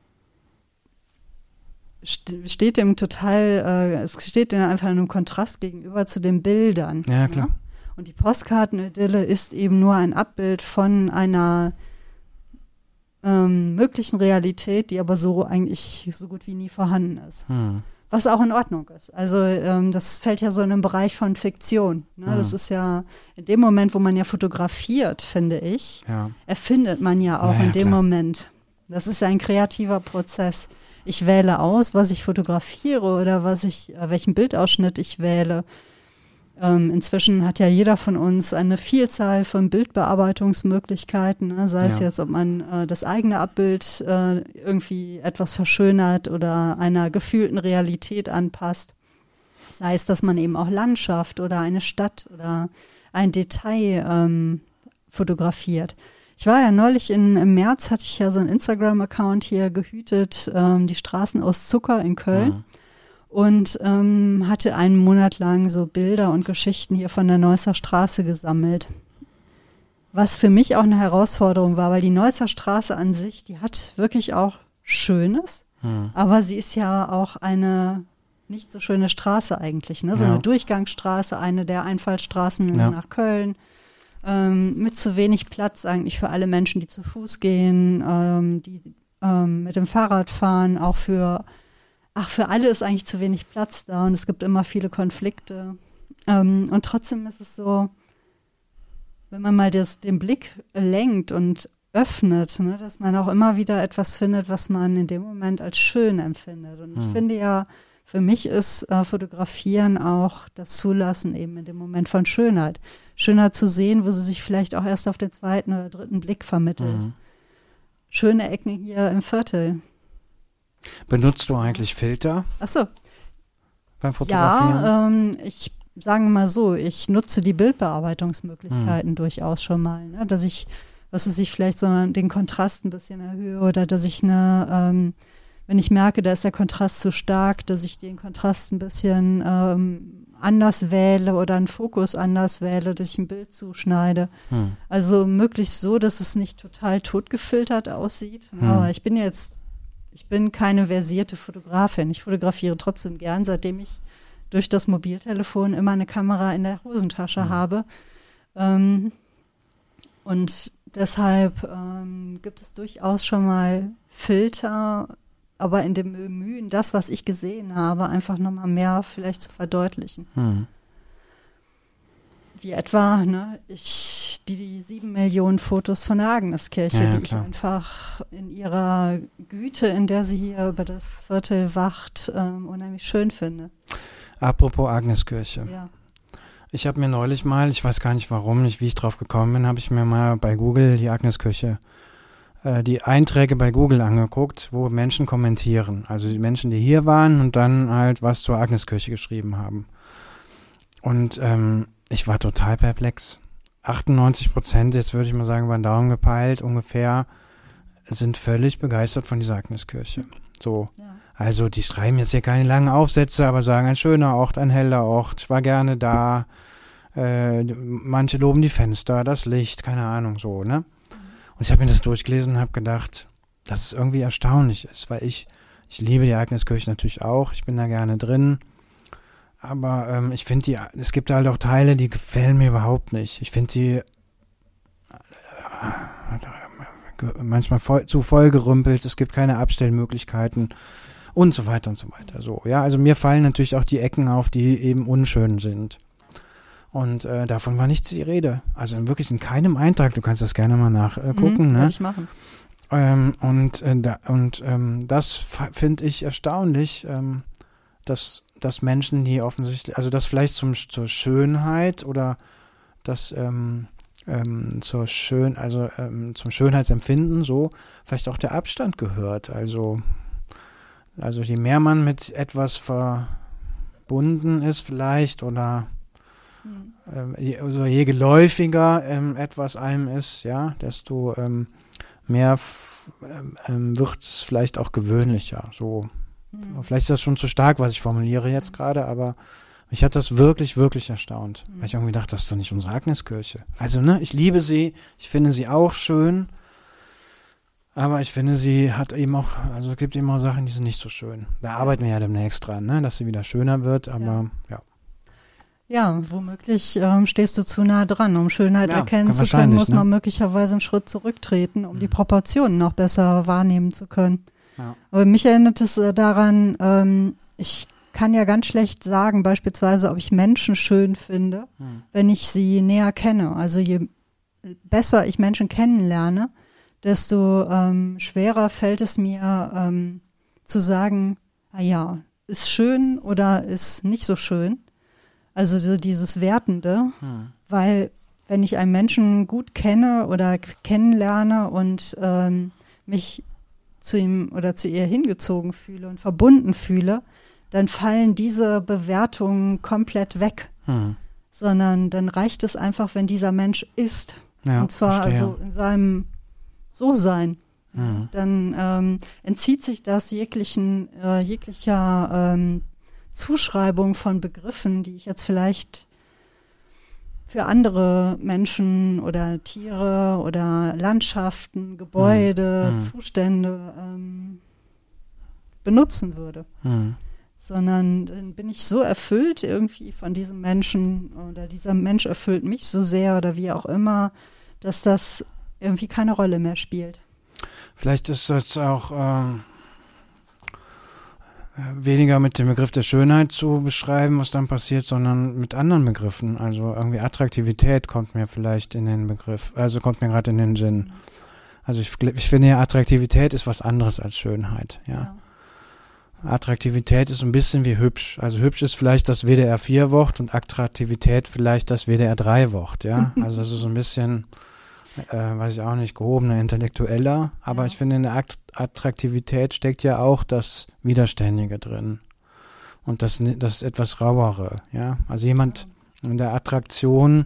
st- steht dem total, äh, es steht dem einfach in einem Kontrast gegenüber zu den Bildern. Ja, klar. Ne? Und die Postkarten-Idylle ist eben nur ein Abbild von einer ähm, möglichen Realität, die aber so eigentlich so gut wie nie vorhanden ist. Hm. Was auch in Ordnung ist. Also ähm, das fällt ja so in den Bereich von Fiktion. Ne? Mhm. Das ist ja in dem Moment, wo man ja fotografiert, finde ich, ja. erfindet man ja auch ja, ja, in dem klar. Moment. Das ist ja ein kreativer Prozess. Ich wähle aus, was ich fotografiere oder was ich, äh, welchen Bildausschnitt ich wähle. Ähm, inzwischen hat ja jeder von uns eine Vielzahl von Bildbearbeitungsmöglichkeiten, ne? Sei ja. es jetzt, ob man äh, das eigene Abbild äh, irgendwie etwas verschönert oder einer gefühlten Realität anpasst. Sei es, dass man eben auch Landschaft oder eine Stadt oder ein Detail ähm, fotografiert. Ich war ja neulich in, im März, hatte ich ja so einen Instagram-Account hier gehütet, ähm, die Straßen aus Zucker in Köln. Ja. Und ähm, hatte einen Monat lang so Bilder und Geschichten hier von der Neusser Straße gesammelt. Was für mich auch eine Herausforderung war, weil die Neusser Straße an sich, die hat wirklich auch Schönes, hm. aber sie ist ja auch eine nicht so schöne Straße eigentlich, ne? So Ja. eine Durchgangsstraße, eine der Einfallstraßen Ja. nach Köln, ähm, mit zu wenig Platz eigentlich für alle Menschen, die zu Fuß gehen, ähm, die ähm, mit dem Fahrrad fahren, auch für, ach, für alle ist eigentlich zu wenig Platz da und es gibt immer viele Konflikte. Ähm, und trotzdem ist es so, wenn man mal das, den Blick lenkt und öffnet, ne, dass man auch immer wieder etwas findet, was man in dem Moment als schön empfindet. Und ich Hm. finde ja, für mich ist äh, Fotografieren auch das Zulassen eben in dem Moment von Schönheit. Schönheit zu sehen, wo sie sich vielleicht auch erst auf den zweiten oder dritten Blick vermittelt. Mhm. Schöne Ecken hier im Viertel. Benutzt du eigentlich Filter Ach so, beim Fotografieren? ja, ähm, ich sage mal so, ich nutze die Bildbearbeitungsmöglichkeiten hm. durchaus schon mal, ne? Dass ich, was weiß ich, vielleicht so den Kontrast ein bisschen erhöhe oder dass ich eine, ähm, wenn ich merke, da ist der Kontrast zu stark, dass ich den Kontrast ein bisschen ähm, anders wähle oder einen Fokus anders wähle, dass ich ein Bild zuschneide. Hm. Also möglichst so, dass es nicht total totgefiltert aussieht. Hm. Aber ich bin jetzt, ich bin keine versierte Fotografin. Ich fotografiere trotzdem gern, seitdem ich durch das Mobiltelefon immer eine Kamera in der Hosentasche Hm. habe. Ähm, und deshalb ähm, gibt es durchaus schon mal Filter, aber in dem Bemühen, das, was ich gesehen habe, einfach nochmal mehr vielleicht zu verdeutlichen. Hm. Wie etwa, ne, ich, die, die sieben Millionen Fotos von der Agneskirche, Ja, ja, die ich klar. einfach in ihrer Güte, in der sie hier über das Viertel wacht, ähm, unheimlich schön finde. Apropos Agneskirche. Ja. Ich habe mir neulich mal, ich weiß gar nicht warum, nicht wie ich drauf gekommen bin, habe ich mir mal bei Google die Agneskirche, äh, die Einträge bei Google angeguckt, wo Menschen kommentieren. Also die Menschen, die hier waren und dann halt was zur Agneskirche geschrieben haben. Und ähm, ich war total perplex. achtundneunzig Prozent, jetzt würde ich mal sagen, über den Daumen gepeilt, ungefähr, sind völlig begeistert von dieser Agneskirche. So. Ja. Also die schreiben jetzt hier keine langen Aufsätze, aber sagen, ein schöner Ort, ein heller Ort, ich war gerne da. Äh, manche loben die Fenster, das Licht, keine Ahnung, so, ne? Und ich habe mir das durchgelesen und habe gedacht, dass es irgendwie erstaunlich ist, weil ich, ich liebe die Agneskirche natürlich auch, ich bin da gerne drin. Aber ähm, ich finde, die, es gibt halt auch Teile, die gefallen mir überhaupt nicht. Ich finde sie äh, manchmal voll, zu voll gerümpelt, es gibt keine Abstellmöglichkeiten und so weiter und so weiter. So, ja, also mir fallen natürlich auch die Ecken auf, die eben unschön sind. Und äh, davon war nichts die Rede. Also wirklich in keinem Eintrag, du kannst das gerne mal nachgucken. Mhm, ne? Werde ich machen. Ähm, und äh, da, und ähm, das finde ich erstaunlich, ähm, dass, dass Menschen, die offensichtlich, also das vielleicht zum, zur Schönheit oder das ähm, ähm, zur Schön, also ähm, zum Schönheitsempfinden so vielleicht auch der Abstand gehört. Also, also je mehr man mit etwas verbunden ist vielleicht oder Mhm. ähm, je, also je geläufiger ähm, etwas einem ist, ja, desto ähm, mehr f- ähm, wird es vielleicht auch gewöhnlicher. So. Mhm. Vielleicht ist das schon zu stark, was ich formuliere jetzt gerade, aber mich hat das wirklich, wirklich erstaunt. Mhm. Weil ich irgendwie dachte, das ist doch nicht unsere Agneskirche. Also, ne, ich liebe sie, ich finde sie auch schön, aber ich finde, sie hat eben auch, also es gibt eben auch Sachen, die sind nicht so schön. Da arbeiten wir ja demnächst dran, ne, dass sie wieder schöner wird, aber ja. Ja, womöglich ähm, stehst du zu nah dran. Um Schönheit Ja, erkennen zu können, wahrscheinlich, muss man ne? möglicherweise einen Schritt zurücktreten, um Mhm. die Proportionen noch besser wahrnehmen zu können. Ja. Aber mich erinnert es äh, daran, ähm, ich kann ja ganz schlecht sagen, beispielsweise, ob ich Menschen schön finde, Hm. wenn ich sie näher kenne. Also je besser ich Menschen kennenlerne, desto ähm, schwerer fällt es mir ähm, zu sagen, ah ja, ist schön oder ist nicht so schön. Also so dieses Wertende, Hm. weil wenn ich einen Menschen gut kenne oder k- kennenlerne und ähm, mich zu ihm oder zu ihr hingezogen fühle und verbunden fühle, dann fallen diese Bewertungen komplett weg, Hm. sondern dann reicht es einfach, wenn dieser Mensch ist. Ja, und zwar verstehe. also in seinem So-Sein. Hm. Dann ähm, entzieht sich das jeglichen, äh, jeglicher ähm, Zuschreibung von Begriffen, die ich jetzt vielleicht für andere Menschen oder Tiere oder Landschaften, Gebäude, Hm. Zustände ähm, benutzen würde. Hm. sondern dann bin ich so erfüllt irgendwie von diesem Menschen oder dieser Mensch erfüllt mich so sehr oder wie auch immer, dass das irgendwie keine Rolle mehr spielt. Vielleicht ist das auch ähm, weniger mit dem Begriff der Schönheit zu beschreiben, was dann passiert, sondern mit anderen Begriffen. Also irgendwie Attraktivität kommt mir vielleicht in den Begriff, also kommt mir gerade in den Sinn. Also ich, ich finde ja, Attraktivität ist was anderes als Schönheit, ja. ja. Attraktivität ist ein bisschen wie hübsch. Also hübsch ist vielleicht das W D R vier Wort und Attraktivität vielleicht das W D R drei Wort, ja. Also das ist so ein bisschen, äh, weiß ich auch nicht, gehobener, intellektueller. Aber ja. ich finde, in der Attraktivität steckt ja auch das Widerständige drin. Und das, das etwas Rauere, ja. Also jemand in der Attraktion,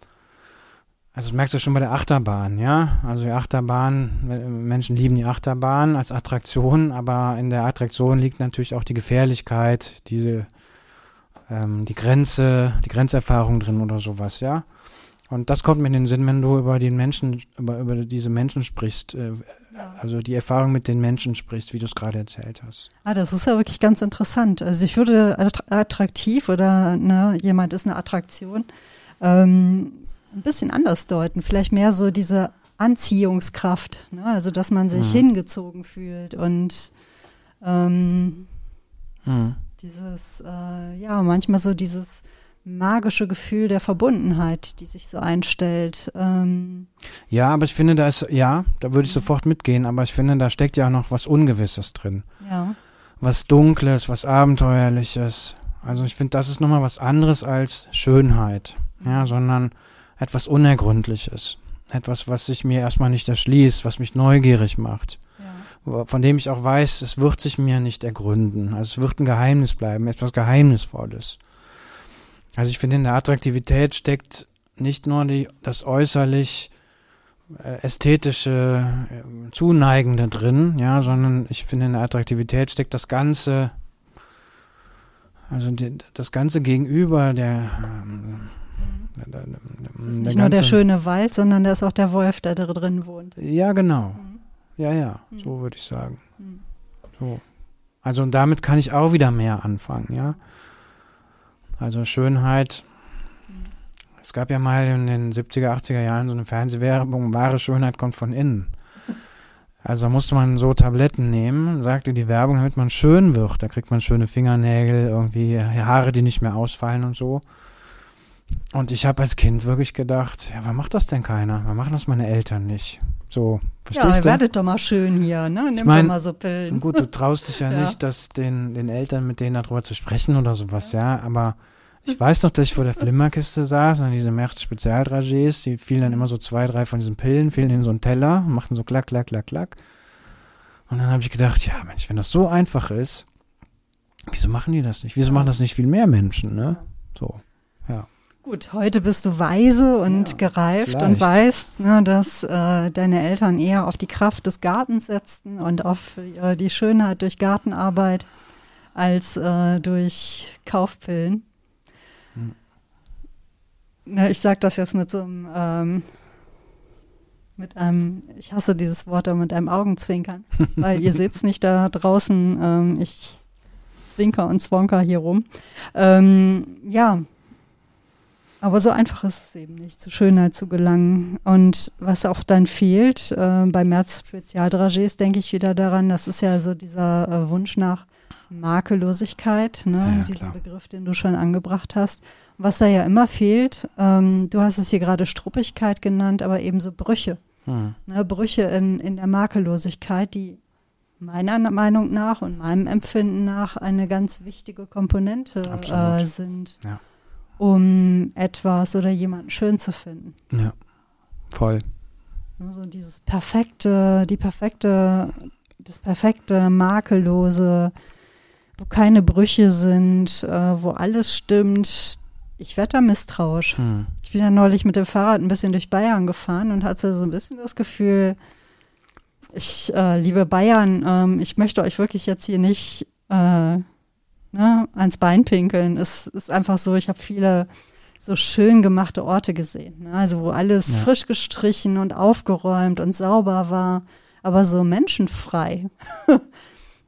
also das merkst du schon bei der Achterbahn, ja. Also die Achterbahn, Menschen lieben die Achterbahn als Attraktion, aber in der Attraktion liegt natürlich auch die Gefährlichkeit, diese, ähm, die Grenze, die Grenzerfahrung drin oder sowas, ja. Und das kommt mir in den Sinn, wenn du über den Menschen, über, über diese Menschen sprichst, äh, also die Erfahrung mit den Menschen sprichst, wie du es gerade erzählt hast. Ah, das ist ja wirklich ganz interessant. Also ich würde attraktiv oder ne, jemand ist eine Attraktion, ähm, ein bisschen anders deuten, vielleicht mehr so diese Anziehungskraft, ne? Also dass man sich mhm. hingezogen fühlt und ähm, mhm. dieses, äh, ja, manchmal so dieses magische Gefühl der Verbundenheit, die sich so einstellt. Ähm, ja, aber ich finde, da ist, ja, da würde ich sofort mitgehen, aber ich finde, da steckt ja auch noch was Ungewisses drin. Ja. Was Dunkles, was Abenteuerliches. Also ich finde, das ist nochmal was anderes als Schönheit, ja, sondern etwas Unergründliches. Etwas, was sich mir erstmal nicht erschließt, was mich neugierig macht. Ja. Von dem ich auch weiß, es wird sich mir nicht ergründen. Also es wird ein Geheimnis bleiben, etwas Geheimnisvolles. Also ich finde, in der Attraktivität steckt nicht nur die, das äußerlich äh, ästhetische äh, Zuneigende drin, ja, sondern ich finde, in der Attraktivität steckt das Ganze, also die, das ganze Gegenüber der ähm, Es ist nicht nur der schöne Wald, sondern da ist auch der Wolf, der da drin wohnt. Ja, genau. Mhm. Ja, ja, mhm. so würde ich sagen. Mhm. So. Also und damit kann ich auch wieder mehr anfangen, ja. Also Schönheit. Mhm. Es gab ja mal in den siebziger, achtziger Jahren so eine Fernsehwerbung, wahre Schönheit kommt von innen. Also musste man so Tabletten nehmen, sagte die Werbung, damit man schön wird. Da kriegt man schöne Fingernägel, irgendwie Haare, die nicht mehr ausfallen und so. Und ich habe als Kind wirklich gedacht, ja, warum macht das denn keiner? Warum machen das meine Eltern nicht? So, verstehst ja, du? werdet doch mal schön hier, ne? Nimm ich mein, doch mal so Pillen. Gut, du traust dich ja, ja. nicht, das den, den Eltern mit denen darüber zu sprechen oder sowas, ja, ja. Aber ich weiß noch, dass ich vor der Flimmerkiste saß und diese März-Spezialdragés, die fielen dann immer so zwei, drei von diesen Pillen, fielen in so einen Teller, machten so klack, klack, klack, klack. Und dann habe ich gedacht, ja, Mensch, wenn das so einfach ist, wieso machen die das nicht? Wieso machen das nicht viel mehr Menschen, ne? So, ja. Gut, heute bist du weise und ja, gereift vielleicht. Und weißt, ne, dass äh, deine Eltern eher auf die Kraft des Gartens setzten und auf äh, die Schönheit durch Gartenarbeit als äh, durch Kaufpillen. Hm. Ne, ich sage das jetzt mit so einem, ähm, mit einem, ich hasse dieses Wort, aber mit einem Augenzwinkern, weil ihr seht es nicht da draußen, ähm, ich zwinker und zwonker hier rum. Ähm, ja, aber so einfach ist es eben nicht, zur Schönheit zu gelangen. Und was auch dann fehlt, äh, bei März-Spezialdragés denke ich wieder daran, das ist ja so dieser äh, Wunsch nach Makellosigkeit, ne? Ja, diesen klar. Begriff, den du schon angebracht hast. Was da ja immer fehlt, ähm, du hast es hier gerade Struppigkeit genannt, aber eben so Brüche. Hm. Ne? Brüche in, in der Makellosigkeit, die meiner Meinung nach und meinem Empfinden nach eine ganz wichtige Komponente äh, sind. Ja. Um etwas oder jemanden schön zu finden. Ja, voll. Also dieses perfekte, die perfekte, das perfekte, makellose, wo keine Brüche sind, äh, wo alles stimmt. Ich werde da misstrauisch. Hm. Ich bin ja neulich mit dem Fahrrad ein bisschen durch Bayern gefahren und hatte so ein bisschen das Gefühl, ich, äh, liebe Bayern, ähm, ich möchte euch wirklich jetzt hier nicht äh, Ne, ans Bein pinkeln. Es ist einfach so, ich habe viele so schön gemachte Orte gesehen. Ne? Also wo alles ja. frisch gestrichen und aufgeräumt und sauber war, aber so menschenfrei.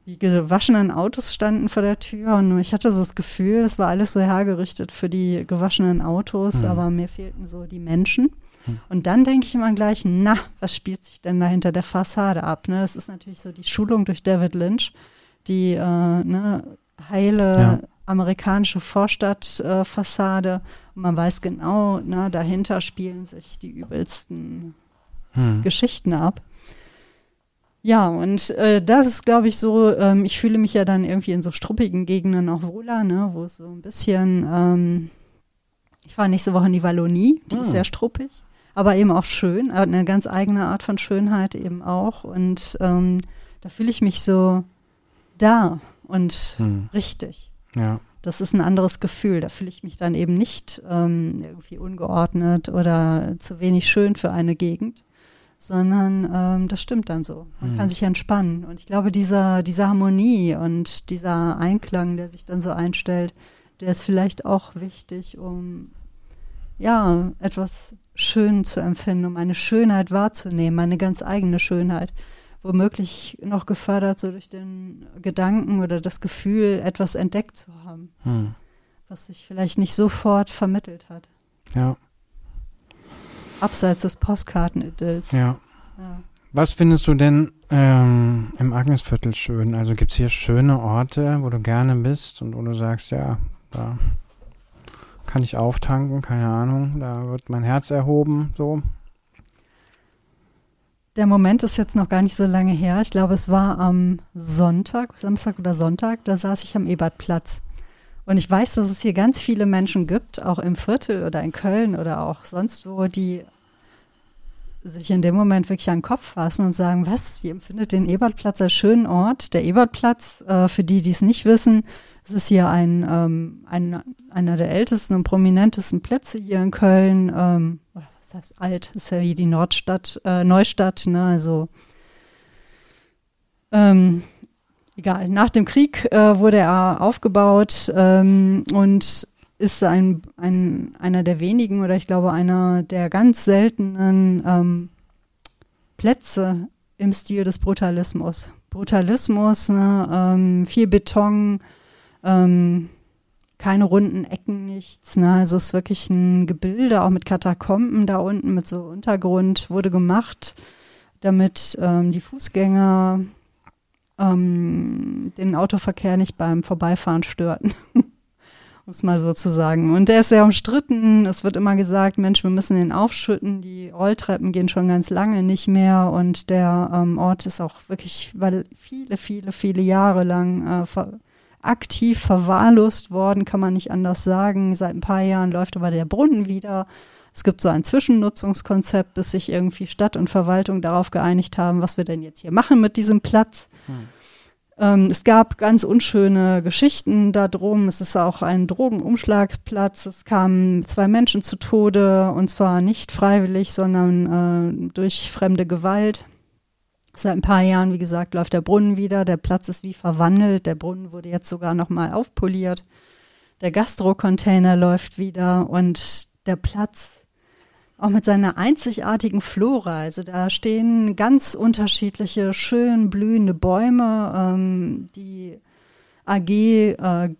Die gewaschenen Autos standen vor der Tür und ich hatte so das Gefühl, das war alles so hergerichtet für die gewaschenen Autos, mhm. aber mir fehlten so die Menschen. Mhm. Und dann denke ich immer gleich, na, was spielt sich denn da hinter der Fassade ab? Ne? Das ist natürlich so die Schulung durch David Lynch, die äh, ne, heile ja. amerikanische Vorstadtfassade. Äh, und man weiß genau, ne, dahinter spielen sich die übelsten mhm. Geschichten ab. Ja, und äh, das ist, glaube ich, so, ähm, ich fühle mich ja dann irgendwie in so struppigen Gegenden auch wohler, ne, wo es so ein bisschen, ähm, ich war nächste Woche in die Wallonie, die hm. ist sehr struppig, aber eben auch schön, eine ganz eigene Art von Schönheit eben auch und ähm, da fühle ich mich so da und hm. richtig. Ja. Das ist ein anderes Gefühl, da fühle ich mich dann eben nicht ähm, irgendwie ungeordnet oder zu wenig schön für eine Gegend. Sondern ähm, das stimmt dann so. Man mhm. kann sich entspannen. Und ich glaube, dieser, diese Harmonie und dieser Einklang, der sich dann so einstellt, der ist vielleicht auch wichtig, um ja etwas schön zu empfinden, um eine Schönheit wahrzunehmen, eine ganz eigene Schönheit. Womöglich noch gefördert so durch den Gedanken oder das Gefühl, etwas entdeckt zu haben, mhm. was sich vielleicht nicht sofort vermittelt hat. Ja. Abseits des Postkartenidylls. Ja. ja. Was findest du denn ähm, im Agnesviertel schön? Also gibt es hier schöne Orte, wo du gerne bist und wo du sagst, ja, da kann ich auftanken, keine Ahnung, da wird mein Herz erhoben, so? Der Moment ist jetzt noch gar nicht so lange her. Ich glaube, es war am Sonntag, Samstag oder Sonntag, da saß ich am Ebertplatz. Und ich weiß, dass es hier ganz viele Menschen gibt, auch im Viertel oder in Köln oder auch sonst wo, die sich in dem Moment wirklich an den Kopf fassen und sagen, was, ihr empfindet den Ebertplatz als schönen Ort. Der Ebertplatz, äh, für die, die es nicht wissen, es ist hier ein, ähm, ein, einer der ältesten und prominentesten Plätze hier in Köln. Ähm, was heißt alt? Ist ja hier die Nordstadt, äh, Neustadt, ne, also ähm, egal, nach dem Krieg äh, wurde er aufgebaut ähm, und ist ein, ein, einer der wenigen oder ich glaube einer der ganz seltenen ähm, Plätze im Stil des Brutalismus. Brutalismus, ne, ähm, viel Beton, ähm, keine runden Ecken, nichts. Ne, also es ist wirklich ein Gebilde, auch mit Katakomben da unten, mit so Untergrund, wurde gemacht, damit ähm, die Fußgänger Ähm, den Autoverkehr nicht beim Vorbeifahren störten, um es mal so zu sagen. Und der ist sehr umstritten. Es wird immer gesagt, Mensch, wir müssen den aufschütten. Die Rolltreppen gehen schon ganz lange nicht mehr. Und der ähm, Ort ist auch wirklich, weil viele, viele, viele Jahre lang äh, ver- aktiv verwahrlost worden, kann man nicht anders sagen. Seit ein paar Jahren läuft aber der Brunnen wieder. Es gibt so ein Zwischennutzungskonzept, bis sich irgendwie Stadt und Verwaltung darauf geeinigt haben, was wir denn jetzt hier machen mit diesem Platz. Hm. Ähm, es gab ganz unschöne Geschichten da drum. Es ist auch ein Drogenumschlagsplatz. Es kamen zwei Menschen zu Tode und zwar nicht freiwillig, sondern äh, durch fremde Gewalt. Seit ein paar Jahren, wie gesagt, läuft der Brunnen wieder. Der Platz ist wie verwandelt. Der Brunnen wurde jetzt sogar nochmal aufpoliert. Der Gastro-Container läuft wieder und der Platz auch mit seiner einzigartigen Flora. Also da stehen ganz unterschiedliche, schön blühende Bäume. Ähm, die A G äh,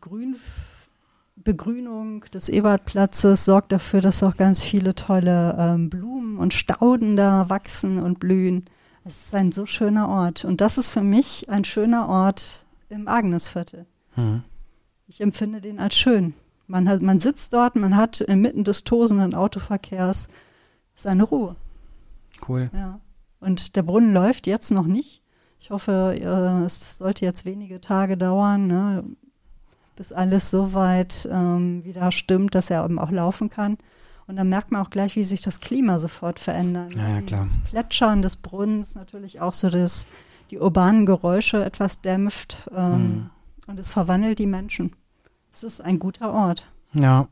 Grünbegrünung des Ebertplatzes sorgt dafür, dass auch ganz viele tolle ähm, Blumen und Stauden da wachsen und blühen. Es ist ein so schöner Ort. Und das ist für mich ein schöner Ort im Agnesviertel. Mhm. Ich empfinde den als schön. Man hat, man sitzt dort, man hat inmitten des tosenden Autoverkehrs seine Ruhe. Cool. Ja. Und der Brunnen läuft jetzt noch nicht. Ich hoffe, äh, es sollte jetzt wenige Tage dauern, ne, bis alles so weit ähm, wieder stimmt, dass er eben auch laufen kann. Und dann merkt man auch gleich, wie sich das Klima sofort verändert. Ja, ja, klar. Das Plätschern des Brunnens, natürlich auch so das, die urbanen Geräusche etwas dämpft ähm, mhm. und es verwandelt die Menschen. Es ist ein guter Ort. Ja.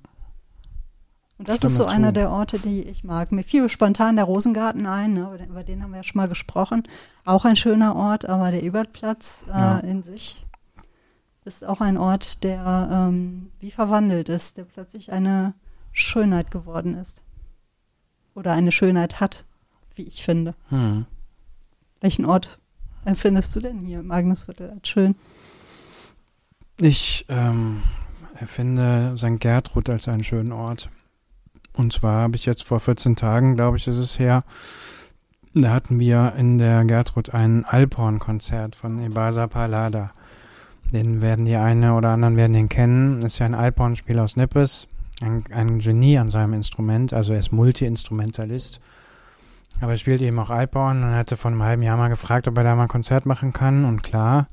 Und das ist so einer der Orte, die ich mag. Mir fiel spontan der Rosengarten ein, ne? Über den haben wir ja schon mal gesprochen. Auch ein schöner Ort, aber der Ebertplatz äh, ja. in sich ist auch ein Ort, der ähm, wie verwandelt ist, der plötzlich eine Schönheit geworden ist. Oder eine Schönheit hat, wie ich finde. Hm. Welchen Ort empfindest du denn hier im Agnesviertel als schön? Ich ähm, empfinde Sankt Gertrud als einen schönen Ort. Und zwar habe ich jetzt vor vierzehn Tagen, glaube ich, ist es her, da hatten wir in der Gertrud ein Alphorn-Konzert von Ebasa Palada. Den werden die eine oder anderen werden den kennen. Ist ja ein Alphorn-Spieler aus Nippes, ein, ein Genie an seinem Instrument, also er ist Multi-Instrumentalist. Aber er spielt eben auch Alphorn und hatte vor einem halben Jahr mal gefragt, ob er da mal ein Konzert machen kann. Und klar.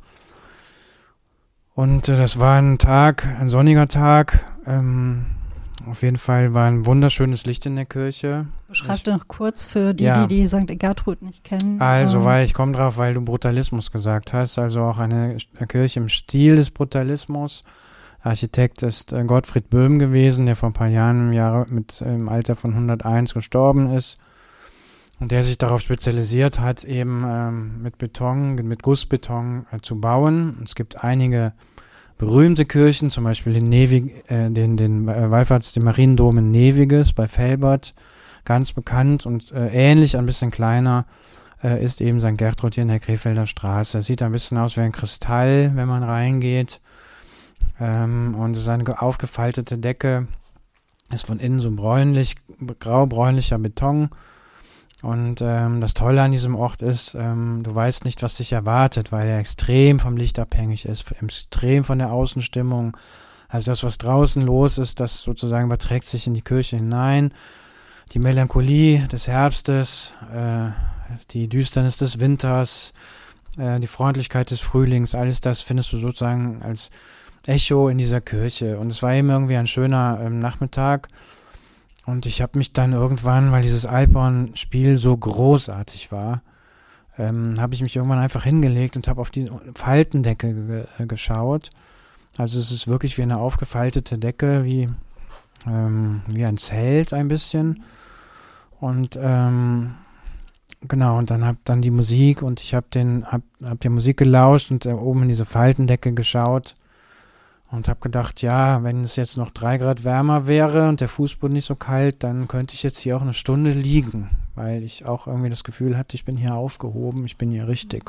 Und äh, das war ein Tag, ein sonniger Tag. Ähm, auf jeden Fall war ein wunderschönes Licht in der Kirche. Beschreib ich, doch kurz für die, ja. die die Sankt Gertrud nicht kennen. Also, ähm. weil ich komme drauf, weil du Brutalismus gesagt hast. Also auch eine, eine Kirche im Stil des Brutalismus. Architekt ist äh, Gottfried Böhm gewesen, der vor ein paar Jahren im, Jahre, mit, äh, im Alter von hunderteins gestorben ist. Und der sich darauf spezialisiert hat, eben ähm, mit Beton, mit Gussbeton äh, zu bauen. Es gibt einige berühmte Kirchen, zum Beispiel den, Nevig, äh, den, den äh, Wallfahrts-, den Mariendom in Neviges bei Velbert, ganz bekannt und äh, ähnlich, ein bisschen kleiner, äh, ist eben Sankt Gertrud hier in der Krefelder Straße. Sieht ein bisschen aus wie ein Kristall, wenn man reingeht. Ähm, und es ist eine aufgefaltete Decke, ist von innen so bräunlich, grau-bräunlicher Beton. Und ähm, das Tolle an diesem Ort ist, ähm, du weißt nicht, was dich erwartet, weil er extrem vom Licht abhängig ist, extrem von der Außenstimmung. Also das, was draußen los ist, das sozusagen überträgt sich in die Kirche hinein. Die Melancholie des Herbstes, äh, die Düsternis des Winters, äh, die Freundlichkeit des Frühlings, alles das findest du sozusagen als Echo in dieser Kirche. Und es war eben irgendwie ein schöner ähm, Nachmittag. Und ich habe mich dann irgendwann, weil dieses Alphorn-Spiel so großartig war, ähm, habe ich mich irgendwann einfach hingelegt und habe auf die Faltendecke ge- geschaut. Also es ist wirklich wie eine aufgefaltete Decke, wie, ähm, wie ein Zelt ein bisschen. Und ähm, genau, und dann habe dann die Musik und ich habe den hab, hab der Musik gelauscht und äh, oben in diese Faltendecke geschaut. Und habe gedacht, ja, wenn es jetzt noch drei Grad wärmer wäre und der Fußboden nicht so kalt, dann könnte ich jetzt hier auch eine Stunde liegen, weil ich auch irgendwie das Gefühl hatte, ich bin hier aufgehoben, ich bin hier richtig.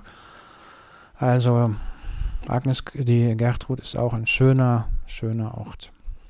Also Agnes, die Gertrud ist auch ein schöner, schöner Ort.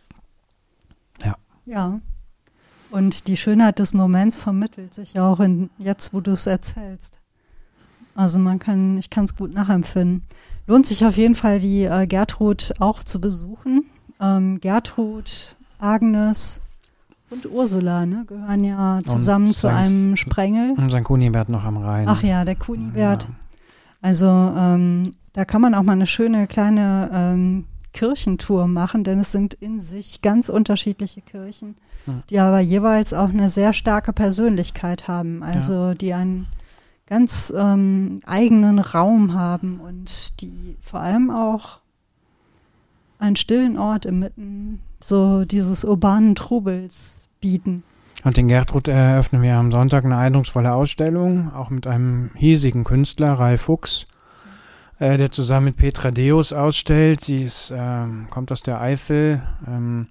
Ja. Ja. Und die Schönheit des Moments vermittelt sich auch in jetzt, wo du es erzählst. Also man kann, ich kann es gut nachempfinden. Lohnt sich auf jeden Fall, die äh, Gertrud auch zu besuchen. Ähm, Gertrud, Agnes und Ursula, ne, gehören ja zusammen und zu Sankt, einem Sprengel. Und Sankt Kunibert noch am Rhein. Ach ja, der Kunibert. Ja. Also ähm, da kann man auch mal eine schöne kleine ähm, Kirchentour machen, denn es sind in sich ganz unterschiedliche Kirchen, hm. die aber jeweils auch eine sehr starke Persönlichkeit haben. Also ja. die einen ganz ähm, eigenen Raum haben und die vor allem auch einen stillen Ort inmitten so dieses urbanen Trubels bieten. Und in Gertrud eröffnen wir am Sonntag eine eindrucksvolle Ausstellung, auch mit einem hiesigen Künstler, Ralf Fuchs, äh, der zusammen mit Petra Deus ausstellt. Sie ist, ähm, kommt aus der Eifel. Ähm,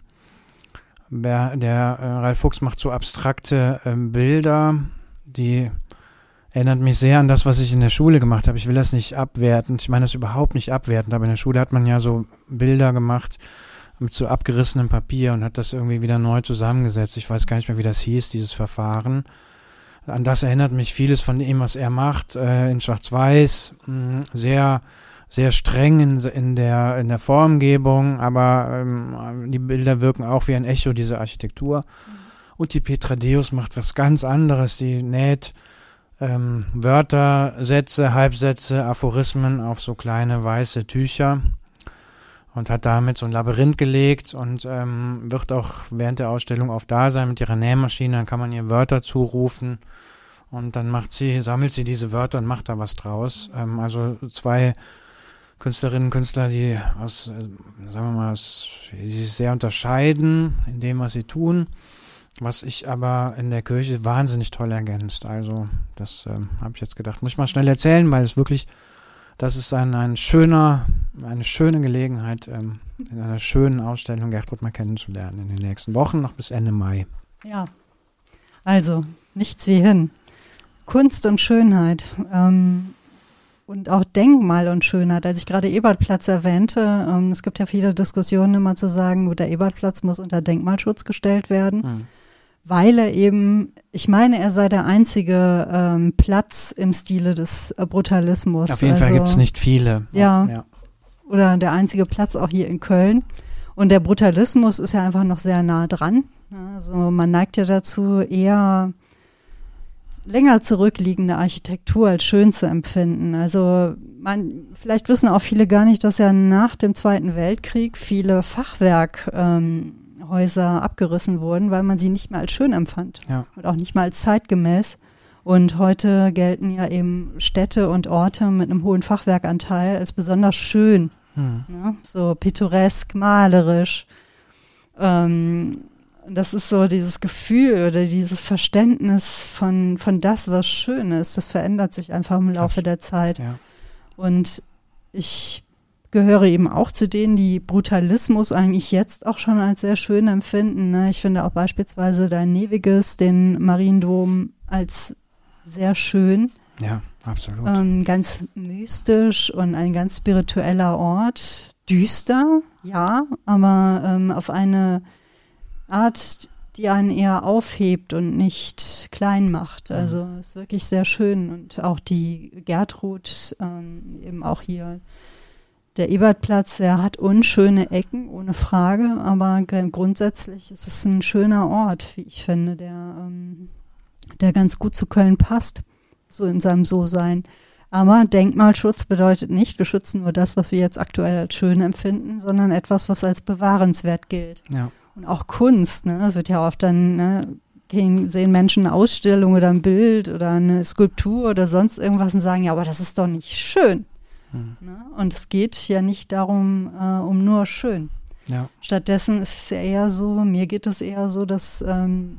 der der äh, Ralf Fuchs macht so abstrakte ähm, Bilder, die erinnert mich sehr an das, was ich in der Schule gemacht habe. Ich will das nicht abwerten. Ich meine das überhaupt nicht abwertend, aber in der Schule hat man ja so Bilder gemacht mit so abgerissenem Papier und hat das irgendwie wieder neu zusammengesetzt. Ich weiß gar nicht mehr, wie das hieß, dieses Verfahren. An das erinnert mich vieles von dem, was er macht, äh, in Schwarz-Weiß, mh, sehr, sehr streng in, in, der, in der Formgebung, aber ähm, die Bilder wirken auch wie ein Echo dieser Architektur. Mhm. Und die Petra Deus macht was ganz anderes. Sie näht Ähm, Wörter, Sätze, Halbsätze, Aphorismen auf so kleine weiße Tücher und hat damit so ein Labyrinth gelegt und ähm, wird auch während der Ausstellung oft da sein mit ihrer Nähmaschine. Dann kann man ihr Wörter zurufen und dann macht sie, sammelt sie diese Wörter und macht da was draus. Ähm, also zwei Künstlerinnen und Künstler, die aus, äh, sagen wir mal, aus, die sich sehr unterscheiden in dem, was sie tun. Was ich aber in der Kirche wahnsinnig toll ergänzt. Also das ähm, habe ich jetzt gedacht, muss ich mal schnell erzählen, weil es wirklich, das ist ein, ein schöner, eine schöne Gelegenheit, ähm, in einer schönen Ausstellung Gertrud mal kennenzulernen in den nächsten Wochen, noch bis Ende Mai. Ja, also nichts wie hin. Kunst und Schönheit. Ähm, und auch Denkmal und Schönheit. Als ich gerade Ebertplatz erwähnte, ähm, es gibt ja viele Diskussionen immer zu sagen, der Ebertplatz muss unter Denkmalschutz gestellt werden, mhm. weil er eben, ich meine, er sei der einzige ähm, Platz im Stile des äh, Brutalismus. Auf jeden also, Fall gibt es nicht viele. Ja, ja, oder der einzige Platz auch hier in Köln. Und der Brutalismus ist ja einfach noch sehr nah dran. Also man neigt ja dazu, eher länger zurückliegende Architektur als schön zu empfinden. Also man, vielleicht wissen auch viele gar nicht, dass ja nach dem Zweiten Weltkrieg viele Fachwerkhäuser ähm, abgerissen wurden, weil man sie nicht mehr als schön empfand ja. und auch nicht mehr als zeitgemäß. Und heute gelten ja eben Städte und Orte mit einem hohen Fachwerkanteil als besonders schön. Hm. Ja, so pittoresk, malerisch. Ähm, das ist so dieses Gefühl oder dieses Verständnis von, von das, was schön ist. Das verändert sich einfach im Laufe der Zeit. Ja. Und ich gehöre eben auch zu denen, die Brutalismus eigentlich jetzt auch schon als sehr schön empfinden. Ne? Ich finde auch beispielsweise dein Neviges, den Mariendom, als sehr schön. Ja, absolut. Ähm, ganz mystisch und ein ganz spiritueller Ort. Düster, ja, aber ähm, auf eine Art, die einen eher aufhebt und nicht klein macht. Also mhm. ist wirklich sehr schön. Und auch die Gertrud, ähm, eben auch hier der Ebertplatz, der hat unschöne Ecken, ohne Frage, aber grundsätzlich ist es ein schöner Ort, wie ich finde, der, ähm, der ganz gut zu Köln passt, so in seinem So-Sein. Aber Denkmalschutz bedeutet nicht, wir schützen nur das, was wir jetzt aktuell als schön empfinden, sondern etwas, was als bewahrenswert gilt. Ja. Und auch Kunst, ne? Es wird ja oft dann, ne, gehen, sehen Menschen eine Ausstellung oder ein Bild oder eine Skulptur oder sonst irgendwas und sagen, ja, aber das ist doch nicht schön. Hm. Ne? Und es geht ja nicht darum, äh, um nur schön. Ja. Stattdessen ist es ja eher so, mir geht es eher so, dass ähm,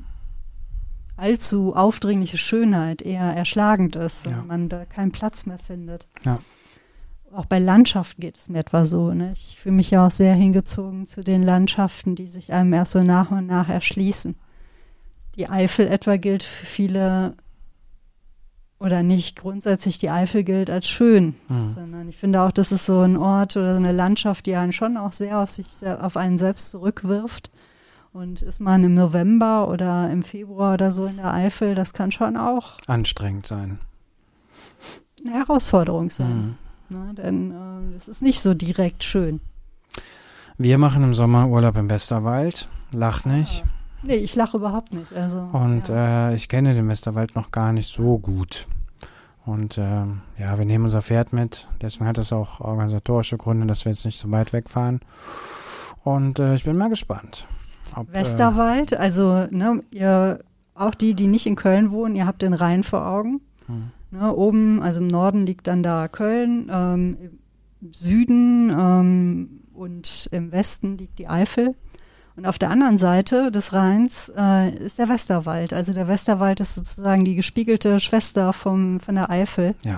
allzu aufdringliche Schönheit eher erschlagend ist ja. und man da keinen Platz mehr findet. Ja. Auch bei Landschaften geht es mir etwa so. Ne? Ich fühle mich ja auch sehr hingezogen zu den Landschaften, die sich einem erst so nach und nach erschließen. Die Eifel etwa gilt für viele, oder nicht grundsätzlich die Eifel gilt als schön, mhm. sondern ich finde auch, das ist so ein Ort oder so eine Landschaft, die einen schon auch sehr auf sich, sehr auf einen selbst zurückwirft. Und ist man im November oder im Februar oder so in der Eifel, das kann schon auch anstrengend sein. Eine Herausforderung sein. Mhm. Na, denn äh, es ist nicht so direkt schön. Wir machen im Sommer Urlaub im Westerwald. Lach nicht. Ja. Nee, ich lache überhaupt nicht. Also, Und ja. äh, ich kenne den Westerwald noch gar nicht so gut. Und äh, ja, wir nehmen unser Pferd mit. Deswegen hat es auch organisatorische Gründe, dass wir jetzt nicht so weit wegfahren. Und äh, ich bin mal gespannt. Ob, Westerwald, äh, also ne, ihr, auch die, die nicht in Köln wohnen, ihr habt den Rhein vor Augen. Hm. Ne, oben, also im Norden liegt dann da Köln, ähm, im Süden ähm, und im Westen liegt die Eifel. Und auf der anderen Seite des Rheins äh, ist der Westerwald. Also der Westerwald ist sozusagen die gespiegelte Schwester vom, von der Eifel. Ja.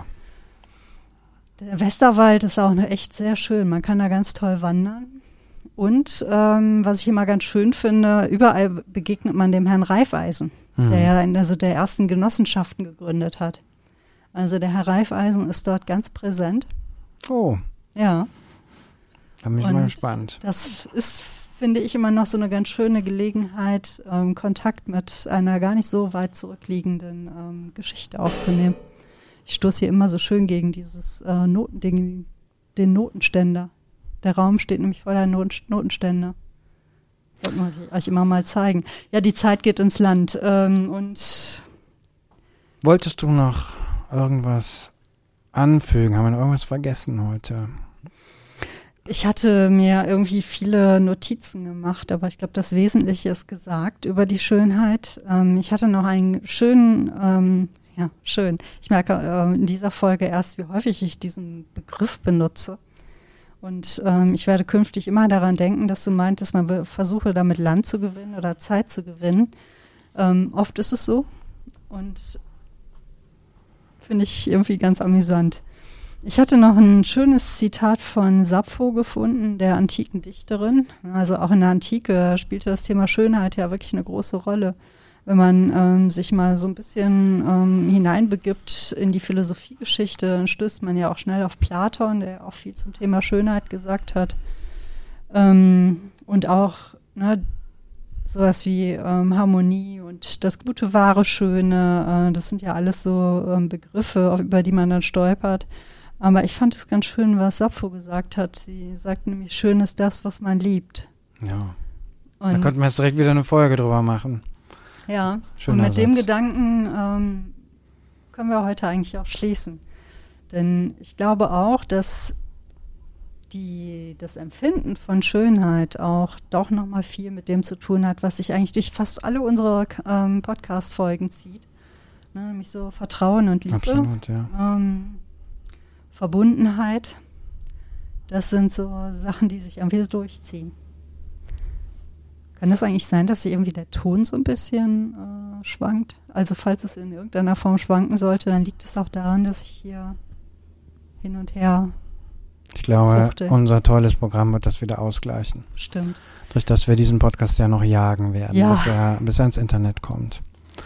Der Westerwald ist auch eine echt sehr schön. Man kann da ganz toll wandern. Und ähm, was ich immer ganz schön finde, überall begegnet man dem Herrn Raiffeisen, mhm. der ja in also der ersten Genossenschaften gegründet hat. Also der Herr Raiffeisen ist dort ganz präsent. Oh. Ja. Da bin ich mal gespannt. Das ist, finde ich, immer noch so eine ganz schöne Gelegenheit, ähm, Kontakt mit einer gar nicht so weit zurückliegenden ähm, Geschichte aufzunehmen. Ich stoße hier immer so schön gegen dieses äh, Noten, den, den Notenständer. Der Raum steht nämlich voller Not- Notenstände. Das muss ich euch immer mal zeigen. Ja, die Zeit geht ins Land. Ähm, und Wolltest du noch irgendwas anfügen? Haben wir noch irgendwas vergessen heute? Ich hatte mir irgendwie viele Notizen gemacht, aber ich glaube, das Wesentliche ist gesagt über die Schönheit. Ähm, ich hatte noch einen schönen, ähm, ja, schön. Ich merke äh, in dieser Folge erst, wie häufig ich diesen Begriff benutze. Und ähm, ich werde künftig immer daran denken, dass du meintest, man versuche damit Land zu gewinnen oder Zeit zu gewinnen. Ähm, oft ist es so und finde ich irgendwie ganz amüsant. Ich hatte noch ein schönes Zitat von Sappho gefunden, der antiken Dichterin. Also auch in der Antike spielte das Thema Schönheit ja wirklich eine große Rolle. wenn man ähm, sich mal so ein bisschen ähm, hineinbegibt in die Philosophiegeschichte, dann stößt man ja auch schnell auf Platon, der auch viel zum Thema Schönheit gesagt hat. Ähm, und auch ne, sowas wie ähm, Harmonie und das Gute, Wahre, Schöne, äh, das sind ja alles so ähm, Begriffe, auf, über die man dann stolpert. Aber ich fand es ganz schön, was Sappho gesagt hat. Sie sagt nämlich, schön ist das, was man liebt. Ja. Und da könnten wir jetzt direkt wieder eine Folge drüber machen. Ja, Schöner und mit Satz. dem Gedanken ähm, können wir heute eigentlich auch schließen. Denn ich glaube auch, dass die, das Empfinden von Schönheit auch doch nochmal viel mit dem zu tun hat, was sich eigentlich durch fast alle unsere ähm, Podcast-Folgen zieht. Ne, nämlich so Vertrauen und Liebe. Absolut, ja. Ähm, Verbundenheit. Das sind so Sachen, die sich irgendwie so durchziehen. Kann das eigentlich sein, dass irgendwie der Ton so ein bisschen äh, schwankt? Also falls es in irgendeiner Form schwanken sollte, dann liegt es auch daran, dass ich hier hin und her Ich glaube, fuchtel. unser tolles Programm wird das wieder ausgleichen. Stimmt. Durch das wir diesen Podcast ja noch jagen werden, Ja. bis, er, bis er ins Internet kommt.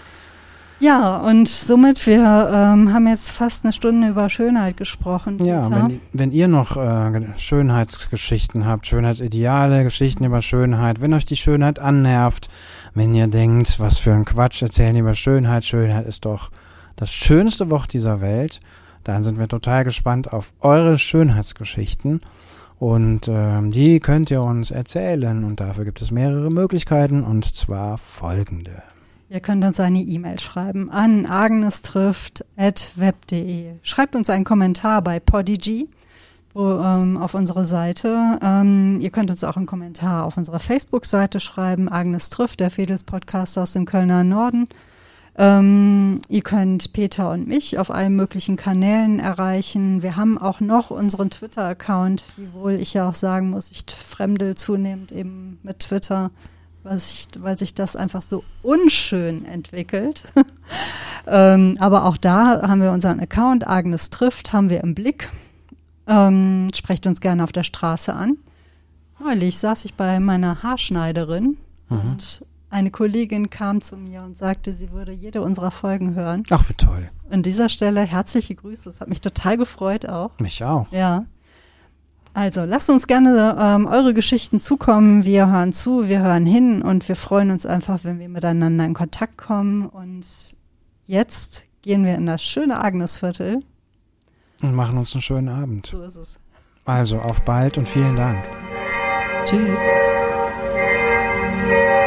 Ja, und somit, wir ähm, haben jetzt fast eine Stunde über Schönheit gesprochen. Ja, Peter. wenn, wenn ihr noch äh, Schönheitsgeschichten habt, Schönheitsideale, Geschichten über Schönheit, wenn euch die Schönheit annervt, wenn ihr denkt, was für ein Quatsch erzählen die über Schönheit, Schönheit ist doch das schönste Wort dieser Welt, dann sind wir total gespannt auf eure Schönheitsgeschichten und ähm, die könnt ihr uns erzählen und dafür gibt es mehrere Möglichkeiten und zwar folgende. Ihr könnt uns eine E-Mail schreiben an agnestrifft at web punkt de. Schreibt uns einen Kommentar bei Podigy wo, ähm, auf unsere Seite. Ähm, ihr könnt uns auch einen Kommentar auf unserer Facebook-Seite schreiben. Agnes trifft, der Fedels-Podcast aus dem Kölner Norden. Ähm, ihr könnt Peter und mich auf allen möglichen Kanälen erreichen. Wir haben auch noch unseren Twitter-Account, wiewohl ich ja auch sagen muss, ich fremdel zunehmend eben mit Twitter, Was ich, weil sich das einfach so unschön entwickelt. ähm, aber auch da haben wir unseren Account, Agnes trifft, haben wir im Blick. Ähm, sprecht uns gerne auf der Straße an. Neulich saß ich bei meiner Haarschneiderin Mhm. und eine Kollegin kam zu mir und sagte, sie würde jede unserer Folgen hören. Ach, wie toll. An dieser Stelle herzliche Grüße, das hat mich total gefreut auch. Mich auch. Ja. Also lasst uns gerne ähm, eure Geschichten zukommen. Wir hören zu, wir hören hin und wir freuen uns einfach, wenn wir miteinander in Kontakt kommen. Und jetzt gehen wir in das schöne Agnesviertel. Und machen uns einen schönen Abend. So ist es. Also auf bald und vielen Dank. Tschüss.